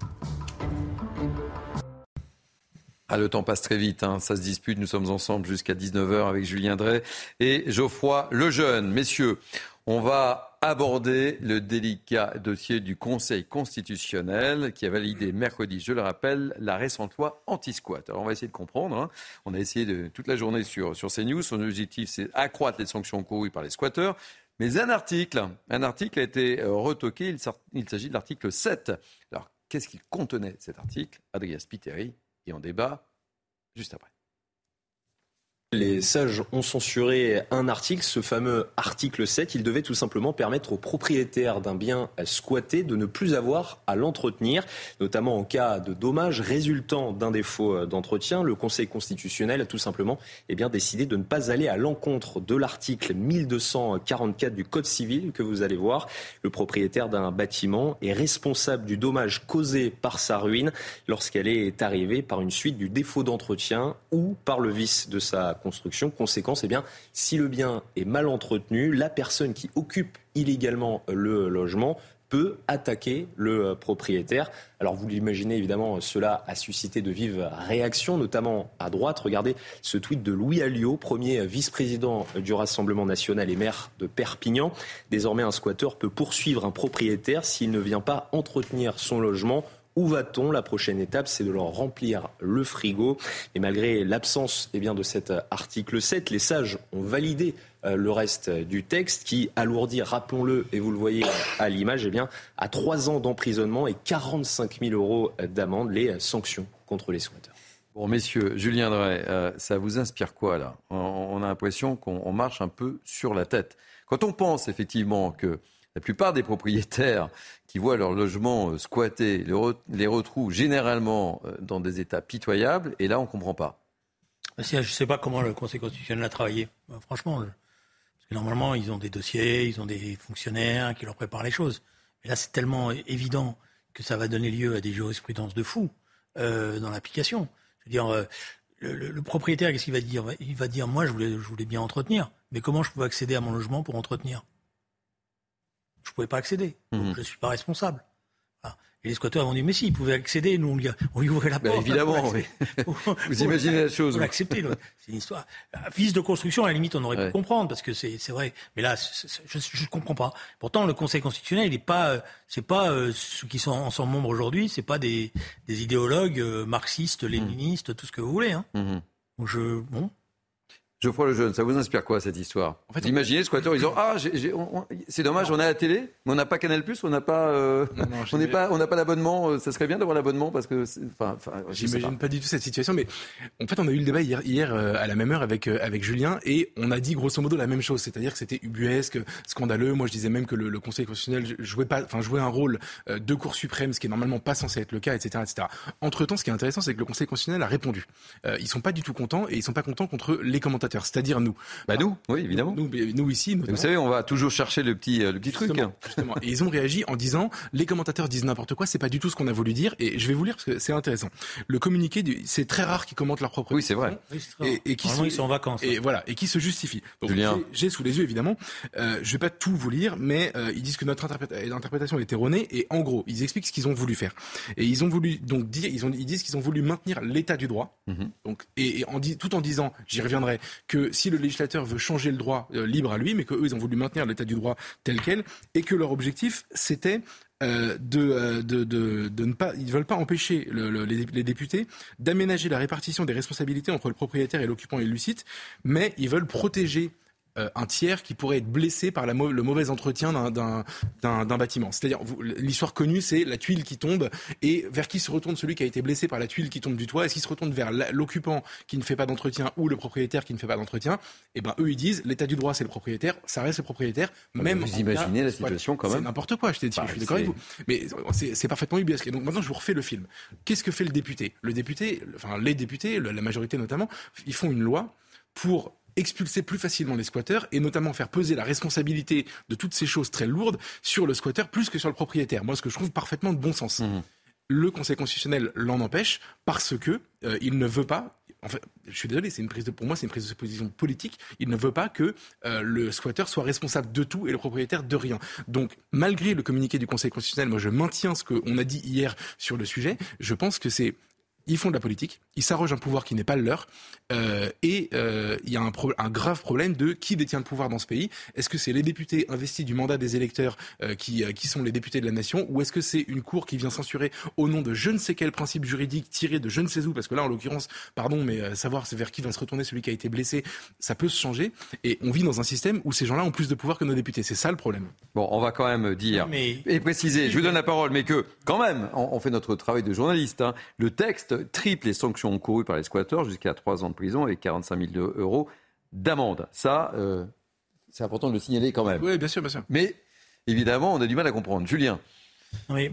Ah, le temps passe très vite, hein. Ça se dispute. Nous sommes ensemble jusqu'à dix-neuf heures avec Julien Drey et Geoffroy Lejeune. Messieurs, on va aborder le délicat dossier du Conseil constitutionnel qui a validé mercredi, je le rappelle, la récente loi anti-squat. Alors on va essayer de comprendre. Hein. On a essayé de, toute la journée sur, sur CNews. Son objectif, c'est accroître les sanctions courues par les squatteurs. Mais un article, un article a été retoqué. Il, il s'agit de l'article sept. Alors, qu'est-ce qu'il contenait, cet article ? Adrien Spiteri. Et on débat juste après. Les sages ont censuré un article, ce fameux article sept. Il devait tout simplement permettre aux propriétaires d'un bien squatté de ne plus avoir à l'entretenir, notamment en cas de dommages résultant d'un défaut d'entretien. Le Conseil constitutionnel a tout simplement eh bien, décidé de ne pas aller à l'encontre de l'article mille deux cent quarante-quatre du Code civil que vous allez voir. Le propriétaire d'un bâtiment est responsable du dommage causé par sa ruine lorsqu'elle est arrivée par une suite du défaut d'entretien ou par le vice de sa construction. Conséquence, eh bien, si le bien est mal entretenu, la personne qui occupe illégalement le logement peut attaquer le propriétaire. Alors vous l'imaginez, évidemment, cela a suscité de vives réactions, notamment à droite. Regardez ce tweet de Louis Alliot, premier vice-président du Rassemblement national et maire de Perpignan. Désormais, un squatteur peut poursuivre un propriétaire s'il ne vient pas entretenir son logement. Où va-t-on ? La prochaine étape, c'est de leur remplir le frigo. Et malgré l'absence eh bien, de cet article sept, les sages ont validé euh, le reste du texte qui alourdit, rappelons-le, et vous le voyez à l'image, eh bien, à trois ans d'emprisonnement et quarante-cinq mille euros d'amende, les sanctions contre les squatteurs. Bon, messieurs, Julien Drey, euh, ça vous inspire quoi, là ? on, on a l'impression qu'on marche un peu sur la tête. Quand on pense effectivement que la plupart des propriétaires qui voient leur logement squatté les retrouvent généralement dans des états pitoyables. Et là, on ne comprend pas. Je ne sais pas comment le Conseil constitutionnel a travaillé. Franchement, parce que normalement, ils ont des dossiers, ils ont des fonctionnaires qui leur préparent les choses. Mais là, c'est tellement évident que ça va donner lieu à des jurisprudences de fous euh, dans l'application. Je veux dire, euh, le, le, le propriétaire, qu'est-ce qu'il va dire ? Il va dire, moi, je voulais, je voulais bien entretenir. Mais comment je pouvais accéder à mon logement pour entretenir ? Je ne pouvais pas accéder, donc mmh. je ne suis pas responsable. Voilà. Et les squatteurs vont dire, mais si, ils pouvaient accéder, nous on lui, on lui ouvrait la porte. Bah, évidemment, oui. Vous imaginez la chose. On l'accepter, c'est une histoire. Vice de construction, à la limite, on aurait ouais. pu comprendre, parce que c'est, c'est vrai. Mais là, c'est, c'est, je ne comprends pas. Pourtant, le Conseil constitutionnel, il n'est pas, euh, c'est pas euh, ceux qui sont en sont membres aujourd'hui, c'est pas des, des idéologues euh, marxistes, léninistes, mmh. tout ce que vous voulez. Hein. Mmh. Donc je, bon. Geoffroy Lejeune, ça vous inspire quoi cette histoire? En fait, imaginez, squatteurs, ils ont ah, j'ai, j'ai, on, on, c'est dommage, non. on a la télé, mais on n'a pas Canal+, on n'a pas, euh, non, non, on n'est pas, on n'a pas l'abonnement. Ça serait bien d'avoir l'abonnement parce que, enfin, j'imagine pas. pas du tout cette situation, mais en fait, on a eu le débat hier, hier euh, à la même heure avec euh, avec Julien et on a dit grosso modo la même chose, c'est-à-dire que c'était ubuesque, scandaleux. Moi, je disais même que le, le Conseil constitutionnel jouait pas, enfin jouait un rôle euh, de Cour suprême, ce qui est normalement pas censé être le cas, et cetera, et cetera. Entre temps, ce qui est intéressant, c'est que le Conseil constitutionnel a répondu. Euh, ils sont pas du tout contents et ils sont pas contents contre les commentateurs, c'est-à-dire nous. Bah nous, oui, évidemment. Nous, nous, nous ici. Vous savez, on va toujours chercher le petit, le petit justement, truc. Justement. Et ils ont réagi en disant, les commentateurs disent n'importe quoi, c'est pas du tout ce qu'on a voulu dire. Et je vais vous lire parce que c'est intéressant. Le communiqué, du, c'est très rare qu'ils commentent leur propre. Oui, c'est vrai. Oui, c'est et, et qui se, ils sont en vacances. Et hein. voilà, et qui se justifient. Donc, j'ai, j'ai sous les yeux évidemment. Euh, je vais pas tout vous lire, mais euh, ils disent que notre interpréta- interprétation est erronée. Et en gros, ils expliquent ce qu'ils ont voulu faire. Et ils ont voulu donc dire, ils ont, ils disent qu'ils ont voulu maintenir l'état du droit. Mm-hmm. Donc et, et en, tout en disant, j'y reviendrai, que si le législateur veut changer le droit euh, libre à lui, mais qu'eux, ils ont voulu maintenir l'état du droit tel quel, et que leur objectif, c'était euh, de, euh, de, de, de ne pas, ils veulent pas empêcher le, le, les, les députés d'aménager la répartition des responsabilités entre le propriétaire et l'occupant illicite, mais ils veulent protéger Euh, un tiers qui pourrait être blessé par la mau- le mauvais entretien d'un, d'un, d'un, d'un bâtiment. C'est-à-dire, vous, l'histoire connue, c'est la tuile qui tombe, et vers qui se retourne celui qui a été blessé par la tuile qui tombe du toit? Est-ce qu'il se retourne vers la, l'occupant qui ne fait pas d'entretien ou le propriétaire qui ne fait pas d'entretien? Eh ben, eux, ils disent, l'état du droit, c'est le propriétaire, ça reste le propriétaire. Même vous imaginez cas, la situation quand même. C'est n'importe quoi, je, t'ai dit, bah, je suis d'accord c'est... avec vous. Mais c'est, c'est parfaitement ubuesque. Et donc maintenant, je vous refais le film. Qu'est-ce que fait le député? Le député, enfin, les députés, la majorité notamment, ils font une loi pour expulser plus facilement les squatteurs et notamment faire peser la responsabilité de toutes ces choses très lourdes sur le squatteur plus que sur le propriétaire. Moi, ce que je trouve parfaitement de bon sens. Mmh. Le Conseil constitutionnel l'en empêche parce que euh, il ne veut pas. En fait, je suis désolé, c'est une prise de, pour moi, c'est une prise de position politique. Il ne veut pas que euh, le squatteur soit responsable de tout et le propriétaire de rien. Donc, malgré le communiqué du Conseil constitutionnel, moi, je maintiens ce qu'on a dit hier sur le sujet. Je pense que c'est Ils font de la politique, ils s'arrogent un pouvoir qui n'est pas le leur, euh, et euh, il y a un, pro- un grave problème de qui détient le pouvoir dans ce pays. Est-ce que c'est les députés investis du mandat des électeurs euh, qui, euh, qui sont les députés de la nation, ou est-ce que c'est une cour qui vient censurer au nom de je ne sais quel principe juridique tiré de je ne sais où, parce que là, en l'occurrence, pardon, mais euh, savoir vers qui va se retourner celui qui a été blessé, ça peut se changer, et on vit dans un système où ces gens-là ont plus de pouvoir que nos députés. C'est ça le problème. Bon, on va quand même dire mais... et préciser, je vous donne la parole, mais que quand même, on, on fait notre travail de journaliste, hein, le texte triple les sanctions encourues par les squatteurs jusqu'à trois ans de prison et quarante-cinq mille euros d'amende. Ça, euh, c'est important de le signaler quand même. Oui, bien sûr, bien sûr. Mais évidemment, on a du mal à comprendre. Julien. Oui,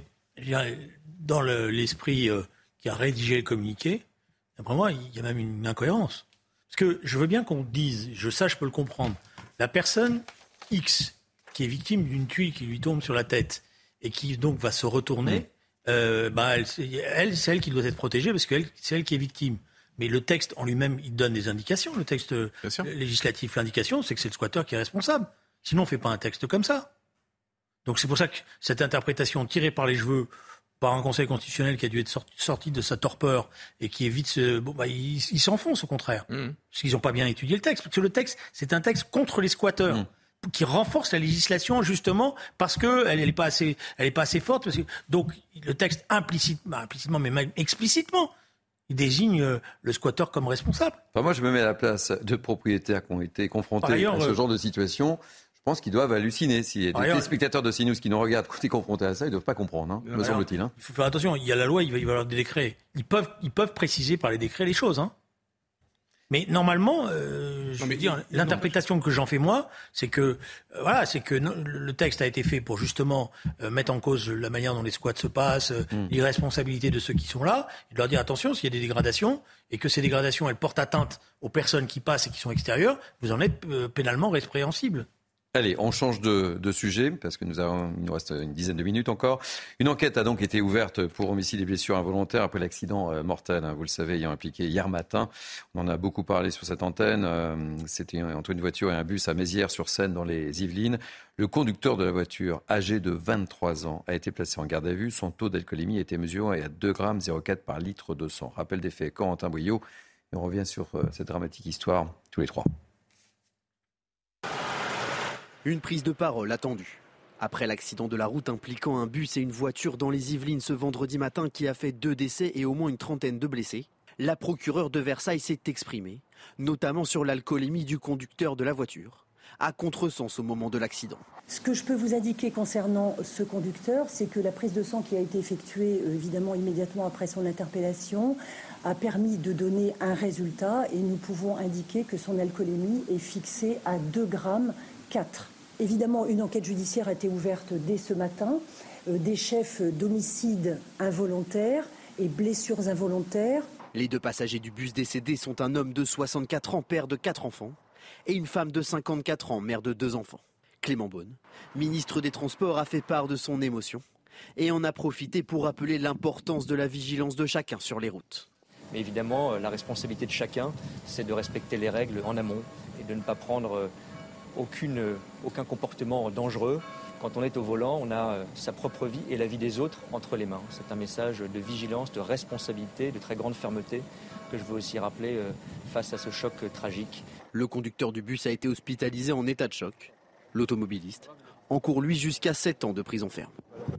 dans le, l'esprit euh, qui a rédigé le communiqué, d'après moi, il y a même une incohérence. Parce que je veux bien qu'on dise, je ça, je peux le comprendre, la personne X qui est victime d'une tuile qui lui tombe sur la tête et qui donc va se retourner, mmh. Euh, bah, elle, elle, c'est elle qui doit être protégée parce que c'est elle qui est victime. Mais le texte en lui-même, il donne des indications. Le texte législatif, l'indication, c'est que c'est le squatteur qui est responsable. Sinon, on ne fait pas un texte comme ça. Donc c'est pour ça que cette interprétation tirée par les cheveux par un Conseil constitutionnel qui a dû être sorti, sorti de sa torpeur et qui évite ce... Bon, bah, il, il s'enfonce au contraire. Mmh. Parce qu'ils n'ont pas bien étudié le texte. Parce que le texte, c'est un texte contre les squatteurs. Mmh. Qui renforce la législation justement parce que elle n'est pas assez, elle est pas assez forte. Parce que, donc le texte implicite, bah, implicitement, mais même explicitement, il désigne euh, le squatteur comme responsable. Enfin, moi, je me mets à la place de propriétaires qui ont été confrontés ailleurs, à ce euh... genre de situation. Je pense qu'ils doivent halluciner. S'il y a des ailleurs, téléspectateurs de C N E W S qui nous regardent, quand ils sont confrontés à ça, ils ne doivent pas comprendre, hein, me semble-t-il. Hein. Il faut faire attention. Il y a la loi, il va y avoir des décrets. Ils peuvent, ils peuvent préciser par les décrets les choses. Hein. Mais normalement, euh, je non, mais veux dire, il, l'interprétation non, que j'en fais moi, c'est que euh, voilà, c'est que no, le texte a été fait pour justement euh, mettre en cause la manière dont les squats se passent, euh, mmh. l'irresponsabilité de ceux qui sont là, et de leur dire attention, s'il y a des dégradations et que ces dégradations elles portent atteinte aux personnes qui passent et qui sont extérieures, vous en êtes euh, pénalement répréhensible. Allez, on change de, de sujet, parce que nous avons, il nous reste une dizaine de minutes encore. Une enquête a donc été ouverte pour homicide et blessures involontaires après l'accident euh, mortel, hein, vous le savez, ayant impliqué hier matin. On en a beaucoup parlé sur cette antenne. Euh, c'était entre une voiture et un bus à Mézières-sur-Seine, dans les Yvelines. Le conducteur de la voiture, âgé de vingt-trois ans, a été placé en garde à vue. Son taux d'alcoolémie a été mesuré à deux virgule zéro quatre grammes par litre de sang. Rappel des faits, Corentin Bouillot. Et on revient sur euh, cette dramatique histoire, tous les trois. Une prise de parole attendue. Après l'accident de la route impliquant un bus et une voiture dans les Yvelines ce vendredi matin qui a fait deux décès et au moins une trentaine de blessés, la procureure de Versailles s'est exprimée notamment sur l'alcoolémie du conducteur de la voiture, à contresens au moment de l'accident. Ce que je peux vous indiquer concernant ce conducteur, c'est que la prise de sang qui a été effectuée évidemment immédiatement après son interpellation a permis de donner un résultat et nous pouvons indiquer que son alcoolémie est fixée à deux virgule quatre grammes. Évidemment, une enquête judiciaire a été ouverte dès ce matin. Euh, des chefs d'homicide involontaire et blessures involontaires. Les deux passagers du bus décédés sont un homme de soixante-quatre ans, père de quatre enfants, et une femme de cinquante-quatre ans, mère de deux enfants. Clément Beaune, ministre des Transports, a fait part de son émotion et en a profité pour rappeler l'importance de la vigilance de chacun sur les routes. Mais évidemment, la responsabilité de chacun, c'est de respecter les règles en amont et de ne pas prendre aucune, aucun comportement dangereux. Quand on est au volant, on a sa propre vie et la vie des autres entre les mains. C'est un message de vigilance, de responsabilité, de très grande fermeté que je veux aussi rappeler face à ce choc tragique. Le conducteur du bus a été hospitalisé en état de choc. L'automobiliste encourt lui jusqu'à sept ans de prison ferme.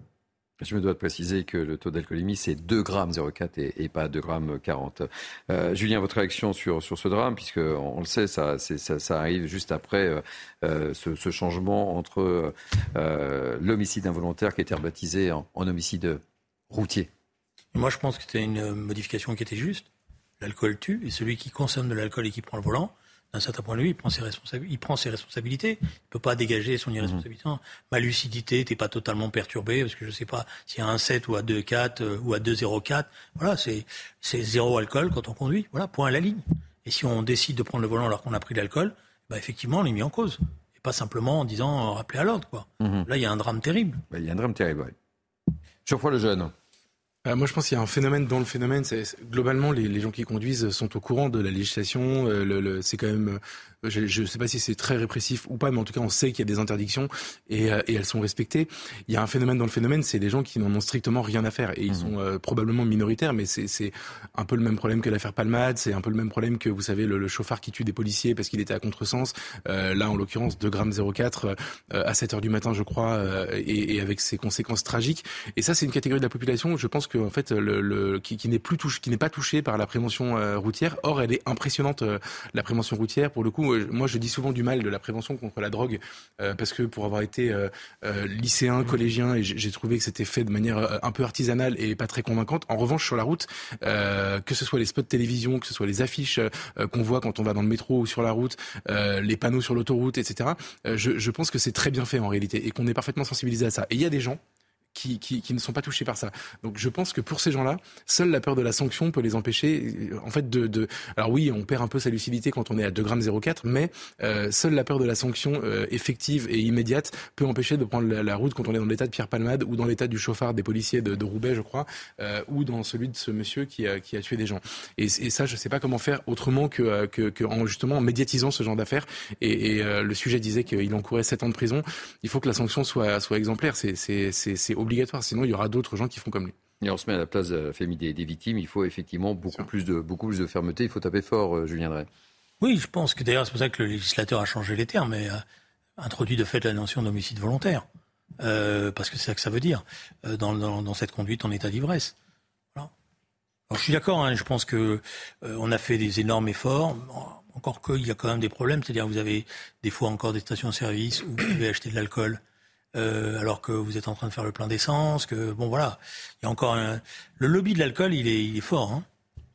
Je me dois de préciser que le taux d'alcoolémie, c'est deux virgule zéro quatre grammes et, et pas deux virgule quarante grammes. Euh, Julien, votre réaction sur, sur ce drame, puisque on le sait, ça, c'est, ça, ça arrive juste après euh, ce, ce changement entre euh, l'homicide involontaire qui a été rebaptisé en, en homicide routier. Moi, je pense que c'était une modification qui était juste. L'alcool tue, et celui qui consomme de l'alcool et qui prend le volant, d'un certain point de vue, il prend ses, responsa- il prend ses responsabilités. Il ne peut pas dégager son irresponsabilité. Mmh. Ma lucidité n'était pas totalement perturbée, parce que je ne sais pas s'il y a un sept ou à deux virgule quatre euh, ou à deux virgule zéro quatre. Voilà, c'est, c'est zéro alcool quand on conduit. Voilà, point à la ligne. Et si on décide de prendre le volant alors qu'on a pris de l'alcool, bah effectivement, on est mis en cause. Et pas simplement en disant, rappeler à l'ordre, quoi. Mmh. Là, il y a un drame terrible. Bah, il y a un drame terrible, oui. Geoffroy Lejeune. Euh, moi, je pense qu'il y a un phénomène dans le phénomène. C'est, c'est, globalement, les, les gens qui conduisent sont au courant de la législation. Euh, le, le, c'est quand même, euh, je ne sais pas si c'est très répressif ou pas, mais en tout cas, on sait qu'il y a des interdictions et, euh, et elles sont respectées. Il y a un phénomène dans le phénomène, c'est les gens qui n'en ont strictement rien à faire et ils mmh. sont euh, probablement minoritaires, mais c'est, c'est un peu le même problème que l'affaire Palmade. C'est un peu le même problème que, vous savez, le, le chauffard qui tue des policiers parce qu'il était à contresens. Euh, là, en l'occurrence, deux virgule zéro quatre grammes euh, à sept heures du matin, je crois, euh, et, et avec ses conséquences tragiques. Et ça, c'est une catégorie de la population. Je pense que, en fait, le, le Qui, qui n'est plus touché, qui n'est pas touchée par la prévention euh, routière. Or, elle est impressionnante, euh, la prévention routière. Pour le coup, euh, moi, je dis souvent du mal de la prévention contre la drogue, euh, parce que pour avoir été euh, euh, lycéen, collégien, et j'ai, j'ai trouvé que c'était fait de manière euh, un peu artisanale et pas très convaincante. En revanche, sur la route, euh, que ce soit les spots de télévision, que ce soit les affiches euh, qu'on voit quand on va dans le métro ou sur la route, euh, les panneaux sur l'autoroute, et cetera. Euh, je, je pense que c'est très bien fait en réalité et qu'on est parfaitement sensibilisé à ça. Et il y a des gens Qui, qui, qui ne sont pas touchés par ça. Donc je pense que pour ces gens-là, seule la peur de la sanction peut les empêcher, en fait, de... de... Alors oui, on perd un peu sa lucidité quand on est à deux virgule zéro quatre grammes, mais euh, seule la peur de la sanction euh, effective et immédiate peut empêcher de prendre la, la route quand on est dans l'état de Pierre Palmade ou dans l'état du chauffard des policiers de, de Roubaix, je crois, euh, ou dans celui de ce monsieur qui a, qui a tué des gens. Et, et ça, je ne sais pas comment faire autrement que, que, que en, justement en médiatisant ce genre d'affaires. Et, et euh, le sujet disait qu'il encourait sept ans de prison. Il faut que la sanction soit, soit exemplaire. C'est, c'est, c'est, c'est obligatoire, sinon il y aura d'autres gens qui font comme lui. Et on se met à la place de la famille des, des victimes, il faut effectivement beaucoup plus, de, beaucoup plus de fermeté, il faut taper fort, euh, Julien Drey. Oui, je pense que d'ailleurs c'est pour ça que le législateur a changé les termes et a introduit de fait la notion d'homicide volontaire, euh, parce que c'est ça que ça veut dire, euh, dans, dans, dans cette conduite en état d'ivresse. Voilà. Alors je suis d'accord, hein, je pense que euh, on a fait des énormes efforts, encore qu'il y a quand même des problèmes, c'est-à-dire que vous avez des fois encore des stations-service où vous pouvez acheter de l'alcool, Euh, alors que vous êtes en train de faire le plein d'essence, que bon voilà, il y a encore un... le lobby de l'alcool, il est, il est fort. Hein.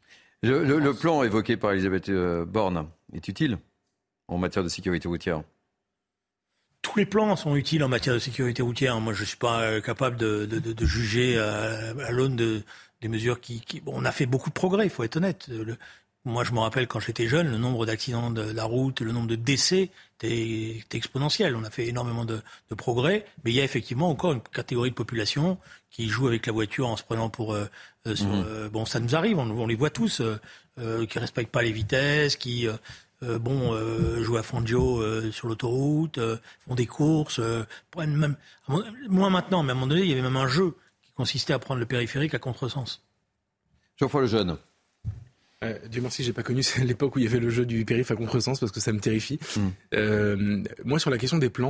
Le, le, le plan évoqué par Elisabeth Borne est utile en matière de sécurité routière. Tous les plans sont utiles en matière de sécurité routière. Moi, je suis pas capable de, de, de, de juger à, à l'aune de, des mesures qui, qui... Bon, on a fait beaucoup de progrès, il faut être honnête. Le... Moi, je me rappelle quand j'étais jeune, le nombre d'accidents de la route, le nombre de décès était, était exponentiel. On a fait énormément de, de progrès, mais il y a effectivement encore une catégorie de population qui joue avec la voiture en se prenant pour... Euh, sur, mmh. euh, bon, ça nous arrive, on, on les voit tous, euh, euh, qui respectent pas les vitesses, qui euh, bon euh, jouent à Fangio euh, sur l'autoroute, euh, font des courses. Euh, même, moins maintenant, mais à un moment donné, il y avait même un jeu qui consistait à prendre le périphérique à contresens. Geoffroy Lejeune. Euh, Dieu merci, j'ai pas connu l'époque où il y avait le jeu du périph' à contresens parce que ça me terrifie. Mmh. Euh, moi, sur la question des plans,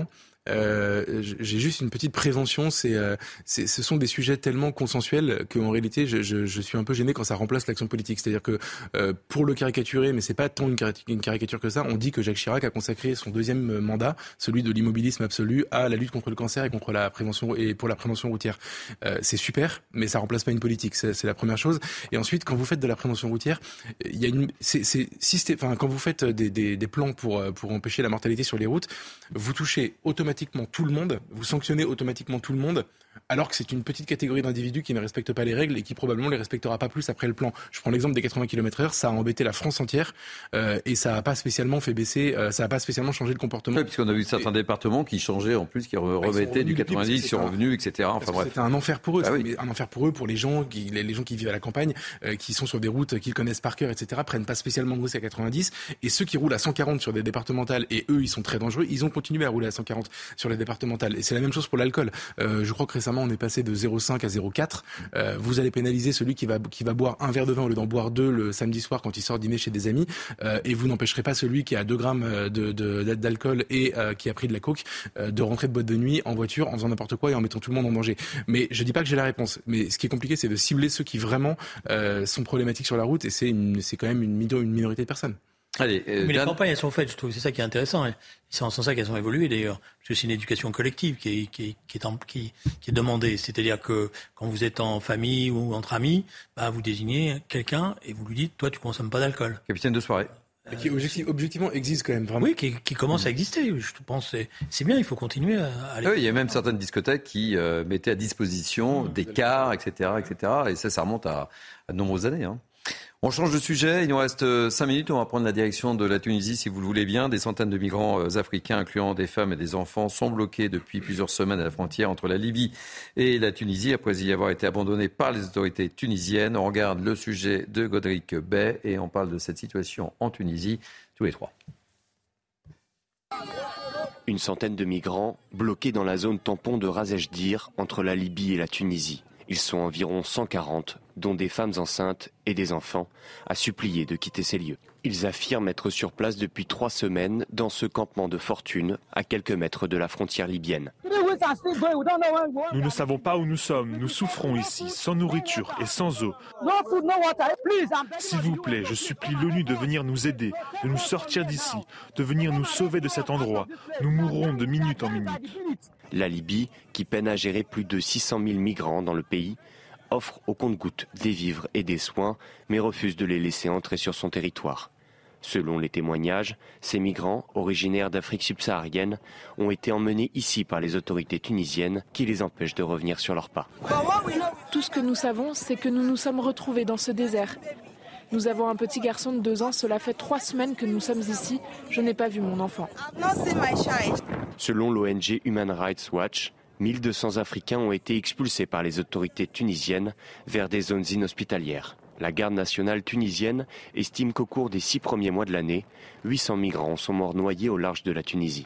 Euh, j'ai juste une petite prévention. C'est, euh, c'est, ce sont des sujets tellement consensuels qu'en réalité, je, je, je suis un peu gêné quand ça remplace l'action politique. C'est-à-dire que euh, pour le caricaturer, mais c'est pas tant une, cari- une caricature que ça. On dit que Jacques Chirac a consacré son deuxième mandat, celui de l'immobilisme absolu, à la lutte contre le cancer et contre la prévention et pour la prévention routière. Euh, c'est super, mais ça remplace pas une politique. C'est, c'est la première chose. Et ensuite, quand vous faites de la prévention routière, il y a une, c'est, c'est, systé- enfin, quand vous faites des, des, des plans pour pour empêcher la mortalité sur les routes, vous touchez automatiquement automatiquement tout le monde, vous sanctionnez automatiquement tout le monde, alors que c'est une petite catégorie d'individus qui ne respectent pas les règles et qui probablement les respectera pas plus après le plan. Je prends l'exemple des quatre-vingts kilomètres heure, ça a embêté la France entière euh, et ça n'a pas spécialement fait baisser, euh, ça n'a pas spécialement changé le comportement. Oui, puisqu'on a vu certains et... départements qui changeaient en plus, qui remettaient du quatre-vingt-dix, qui sont revenus, et cetera. Enfin bref. C'était un enfer pour eux, ah, oui. un enfer pour eux, pour les gens, qui, les, les gens qui vivent à la campagne, euh, qui sont sur des routes qu'ils connaissent par cœur, et cetera. Prennent pas spécialement de risque à quatre-vingt-dix, et ceux qui roulent à cent quarante sur des départementales, et eux ils sont très dangereux, ils ont continué à rouler à cent quarante sur les départementales. Et c'est la même chose pour l'alcool. Euh, je crois que récemment on est passé de zéro virgule cinq à zéro virgule quatre. Euh, vous allez pénaliser celui qui va qui va boire un verre de vin au lieu d'en boire deux le samedi soir quand il sort dîner chez des amis, euh, et vous n'empêcherez pas celui qui a deux grammes de, de, d'alcool et euh, qui a pris de la coke euh, de rentrer de boîte de nuit en voiture en faisant n'importe quoi et en mettant tout le monde en danger. Mais je dis pas que j'ai la réponse. Mais ce qui est compliqué, c'est de cibler ceux qui vraiment euh, sont problématiques sur la route, et c'est une, c'est quand même une, une minorité de personnes. Allez, euh, mais Dan... les campagnes, elles sont faites, je trouve, c'est ça qui est intéressant. Et c'est en ce sens-là qu'elles ont évolué, d'ailleurs. Parce que c'est une éducation collective qui est, qui est, qui est, en, qui, qui est demandée. C'est-à-dire que quand vous êtes en famille ou entre amis, bah, vous désignez quelqu'un et vous lui dites, toi, tu consommes pas d'alcool. Capitaine de soirée. Euh, qui objectif, objectivement existe quand même vraiment. Oui, qui, qui commence mmh. à exister. Je pense c'est, c'est bien, il faut continuer à aller. Oui, il y a même certaines discothèques qui euh, mettaient à disposition mmh. des cars, et cetera, et cetera. Et ça, ça remonte à, à de nombreuses années, hein. On change de sujet, il nous reste cinq minutes, on va prendre la direction de la Tunisie si vous le voulez bien. Des centaines de migrants africains, incluant des femmes et des enfants, sont bloqués depuis plusieurs semaines à la frontière entre la Libye et la Tunisie, après y avoir été abandonnés par les autorités tunisiennes. On regarde le sujet de Godric Bay et on parle de cette situation en Tunisie, tous les trois. Une centaine de migrants bloqués dans la zone tampon de Ras el-Dir entre la Libye et la Tunisie. Ils sont environ cent quarante, dont des femmes enceintes et des enfants, à supplier de quitter ces lieux. Ils affirment être sur place depuis trois semaines dans ce campement de fortune, à quelques mètres de la frontière libyenne. Nous ne savons pas où nous sommes, nous souffrons ici, sans nourriture et sans eau. S'il vous plaît, je supplie l'ONU de venir nous aider, de nous sortir d'ici, de venir nous sauver de cet endroit. Nous mourrons de minute en minute. La Libye, qui peine à gérer plus de six cent mille migrants dans le pays, offre au compte-gouttes des vivres et des soins, mais refuse de les laisser entrer sur son territoire. Selon les témoignages, ces migrants, originaires d'Afrique subsaharienne, ont été emmenés ici par les autorités tunisiennes qui les empêchent de revenir sur leurs pas. Tout ce que nous savons, c'est que nous nous sommes retrouvés dans ce désert. Nous avons un petit garçon de deux ans, cela fait trois semaines que nous sommes ici, je n'ai pas vu mon enfant. Selon l'O N G Human Rights Watch, mille deux cents Africains ont été expulsés par les autorités tunisiennes vers des zones inhospitalières. La garde nationale tunisienne estime qu'au cours des six premiers mois de l'année, huit cents migrants sont morts noyés au large de la Tunisie.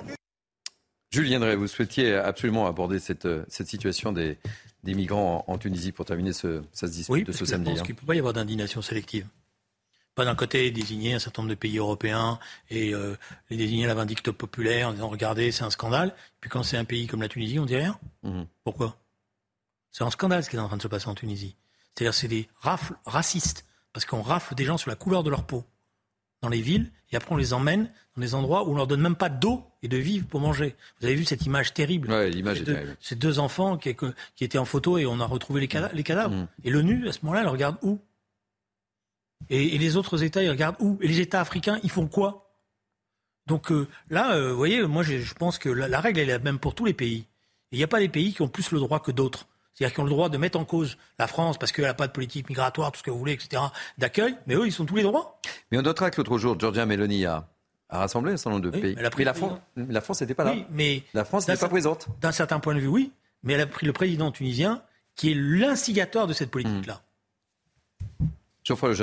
Julien Drey, vous souhaitiez absolument aborder cette, cette situation des, des migrants en, en Tunisie pour terminer ce, ça se dispute oui, de ce je samedi. Je pense hein. qu'il ne peut pas y avoir d'indignation sélective. Pas d'un côté désigner un certain nombre de pays européens et euh, les désigner à la vindicte populaire en disant regardez c'est un scandale, puis quand c'est un pays comme la Tunisie on dit rien. Mmh. Pourquoi ? C'est un scandale ce qui est en train de se passer en Tunisie. C'est-à-dire c'est des rafles racistes, parce qu'on rafle des gens sur la couleur de leur peau dans les villes, et après on les emmène dans des endroits où on leur donne même pas d'eau et de vivre pour manger. Vous avez vu cette image terrible ? Ouais, l'image ces est deux, terrible. Ces deux enfants qui, qui étaient en photo et on a retrouvé les cadavres. Les cadavres. Mmh. Et l'ONU, à ce moment-là, elle regarde où ? et, et les autres États, ils regardent où ? Et les États africains, ils font quoi ? Donc euh, là, euh, vous voyez, moi je, je pense que la, la règle, elle est la même pour tous les pays. Il n'y a pas des pays qui ont plus le droit que d'autres. C'est-à-dire qu'ils ont le droit de mettre en cause la France parce qu'elle n'a pas de politique migratoire, tout ce que vous voulez, et cetera, d'accueil, mais eux, ils sont tous les droits. Mais on notera que l'autre jour, Giorgia Meloni a, a rassemblé un certain nombre de oui, pays. Elle a pris mais la France, la France n'était pas là. Oui, mais la France n'est pas présente. D'un certain point de vue, oui, mais elle a pris le président tunisien qui est l'instigateur de cette politique-là. Mmh. Geoffroy Lejeune.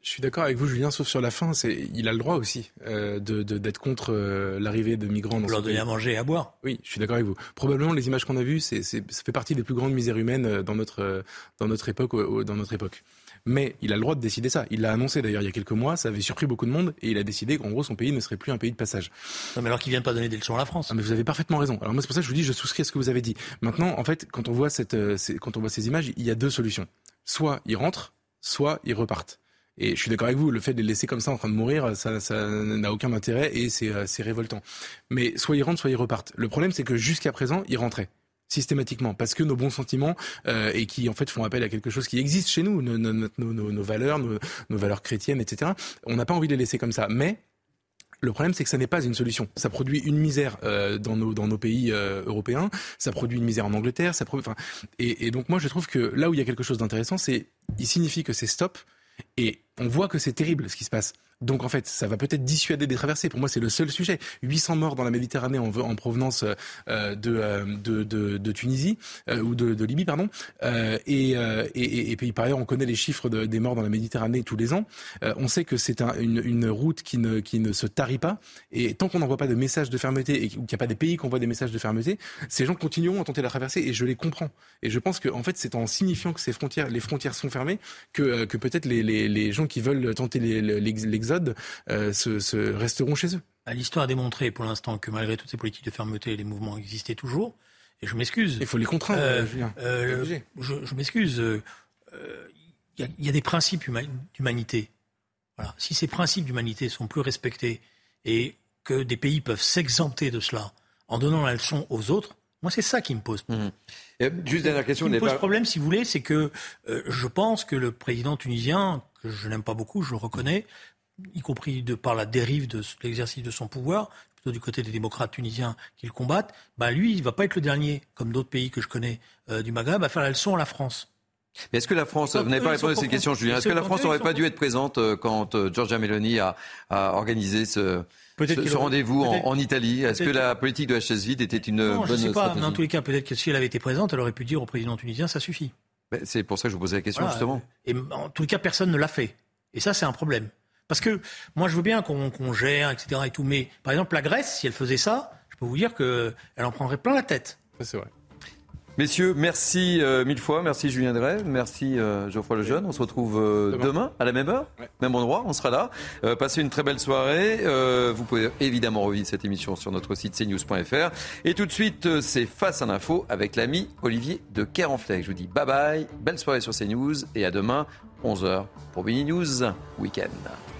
Je suis d'accord avec vous, Julien, sauf sur la fin, c'est, il a le droit aussi euh, de, de, d'être contre euh, l'arrivée de migrants. Pour leur donner à manger et à boire. Oui, je suis d'accord avec vous. Probablement, les images qu'on a vues, c'est, c'est, ça fait partie des plus grandes misères humaines dans notre, euh, dans notre époque, euh, dans notre époque. Mais il a le droit de décider ça. Il l'a annoncé d'ailleurs il y a quelques mois, ça avait surpris beaucoup de monde, et il a décidé qu'en gros son pays ne serait plus un pays de passage. Non mais alors qu'il vient de pas donner des leçons à la France. Ah, mais vous avez parfaitement raison. Alors moi c'est pour ça que je vous dis, je souscris à ce que vous avez dit. Maintenant, en fait, quand on voit cette, euh, c'est, quand on voit ces images, il y a deux solutions. Soit ils rentrent, soit ils repartent. Et je suis d'accord avec vous, le fait de les laisser comme ça en train de mourir, ça, ça n'a aucun intérêt et c'est, euh, c'est révoltant. Mais soit ils rentrent, soit ils repartent. Le problème, c'est que jusqu'à présent, ils rentraient. Systématiquement, parce que nos bons sentiments euh, et qui en fait font appel à quelque chose qui existe chez nous, nos, nos, nos, nos, nos valeurs, nos, nos valeurs chrétiennes, et cetera. On n'a pas envie de les laisser comme ça, mais le problème, c'est que ça n'est pas une solution. Ça produit une misère euh, dans nos dans nos pays euh, européens. Ça produit une misère en Angleterre. Ça produit, enfin, et, et donc moi, je trouve que là où il y a quelque chose d'intéressant, c'est il signifie que c'est stop. Et on voit que c'est terrible ce qui se passe. Donc en fait, ça va peut-être dissuader des traversées. Pour moi, c'est le seul sujet. huit cents morts dans la Méditerranée en, en provenance euh, de, euh, de, de, de Tunisie euh, ou de, de Libye, pardon. Euh, et, euh, et, et puis par ailleurs, on connaît les chiffres de, des morts dans la Méditerranée tous les ans. Euh, on sait que c'est un, une, une route qui ne, qui ne se tarit pas. Et tant qu'on n'envoie pas de messages de fermeté et qu'il n'y a pas des pays qui envoient des messages de fermeté, ces gens continueront à tenter la traversée. Et je les comprends. Et je pense que en fait, c'est en signifiant que ces frontières, les frontières sont fermées, que, que peut-être les, les, les gens qui veulent tenter les, les, l'exode Euh, se, se resteront chez eux. L'histoire a démontré pour l'instant que malgré toutes ces politiques de fermeté, les mouvements existaient toujours. Et je m'excuse. Il faut les contraindre, euh, Julien. Euh, je, je m'excuse. Il euh, y, a, y a des principes huma- d'humanité. Voilà. Si ces principes d'humanité sont plus respectés et que des pays peuvent s'exempter de cela en donnant la leçon aux autres, moi c'est ça qui me pose. Mmh. Et juste dernière question. Ce qui me pose pas... problème, si vous voulez, c'est que euh, je pense que le président tunisien, que je n'aime pas beaucoup, je le reconnais, y compris de par la dérive de l'exercice de son pouvoir, plutôt du côté des démocrates tunisiens qui le combattent, bah lui, il ne va pas être le dernier, comme d'autres pays que je connais euh, du Maghreb, à faire la leçon à la France. Mais est-ce que la France, vous n'avez pas répondu à cette question, Julien, est-ce que la France n'aurait pas dû être présente quand euh, Giorgia Meloni a, a organisé ce, ce, ce rendez-vous en, en Italie? Est-ce que la politique de H S vide était une non, bonne je sais pas, stratégie? mais en tous les cas, peut-être que si elle avait été présente, elle aurait pu dire au président tunisien, ça suffit. Ben, c'est pour ça que je vous posais la question, voilà. justement. Et en tous les cas, personne ne l'a fait. Et ça, c'est un problème. Parce que moi, je veux bien qu'on, qu'on gère, et cetera et tout, mais par exemple, la Grèce, si elle faisait ça, je peux vous dire qu'elle en prendrait plein la tête. Ça, c'est vrai. Messieurs, merci euh, mille fois. Merci Julien Drey, merci euh, Geoffroy Lejeune. On se retrouve euh, demain. demain à la même heure, ouais. Même endroit, on sera là. Euh, passez une très belle soirée. Euh, vous pouvez évidemment revivre cette émission sur notre site c news point f r. Et tout de suite, c'est Face à l'info avec l'ami Olivier de Kerenfleck. Je vous dis bye bye, belle soirée sur CNews et à demain, onze heures pour Mini News Weekend.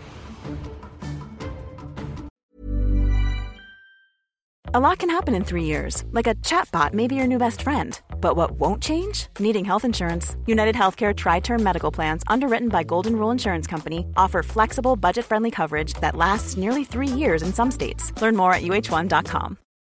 A lot can happen in three years, like a chatbot may be your new best friend. But what won't change? Needing health insurance. United Healthcare Tri-Term Medical Plans, underwritten by Golden Rule Insurance Company, offer flexible, budget-friendly coverage that lasts nearly three years in some states. Learn more at U H one dot com.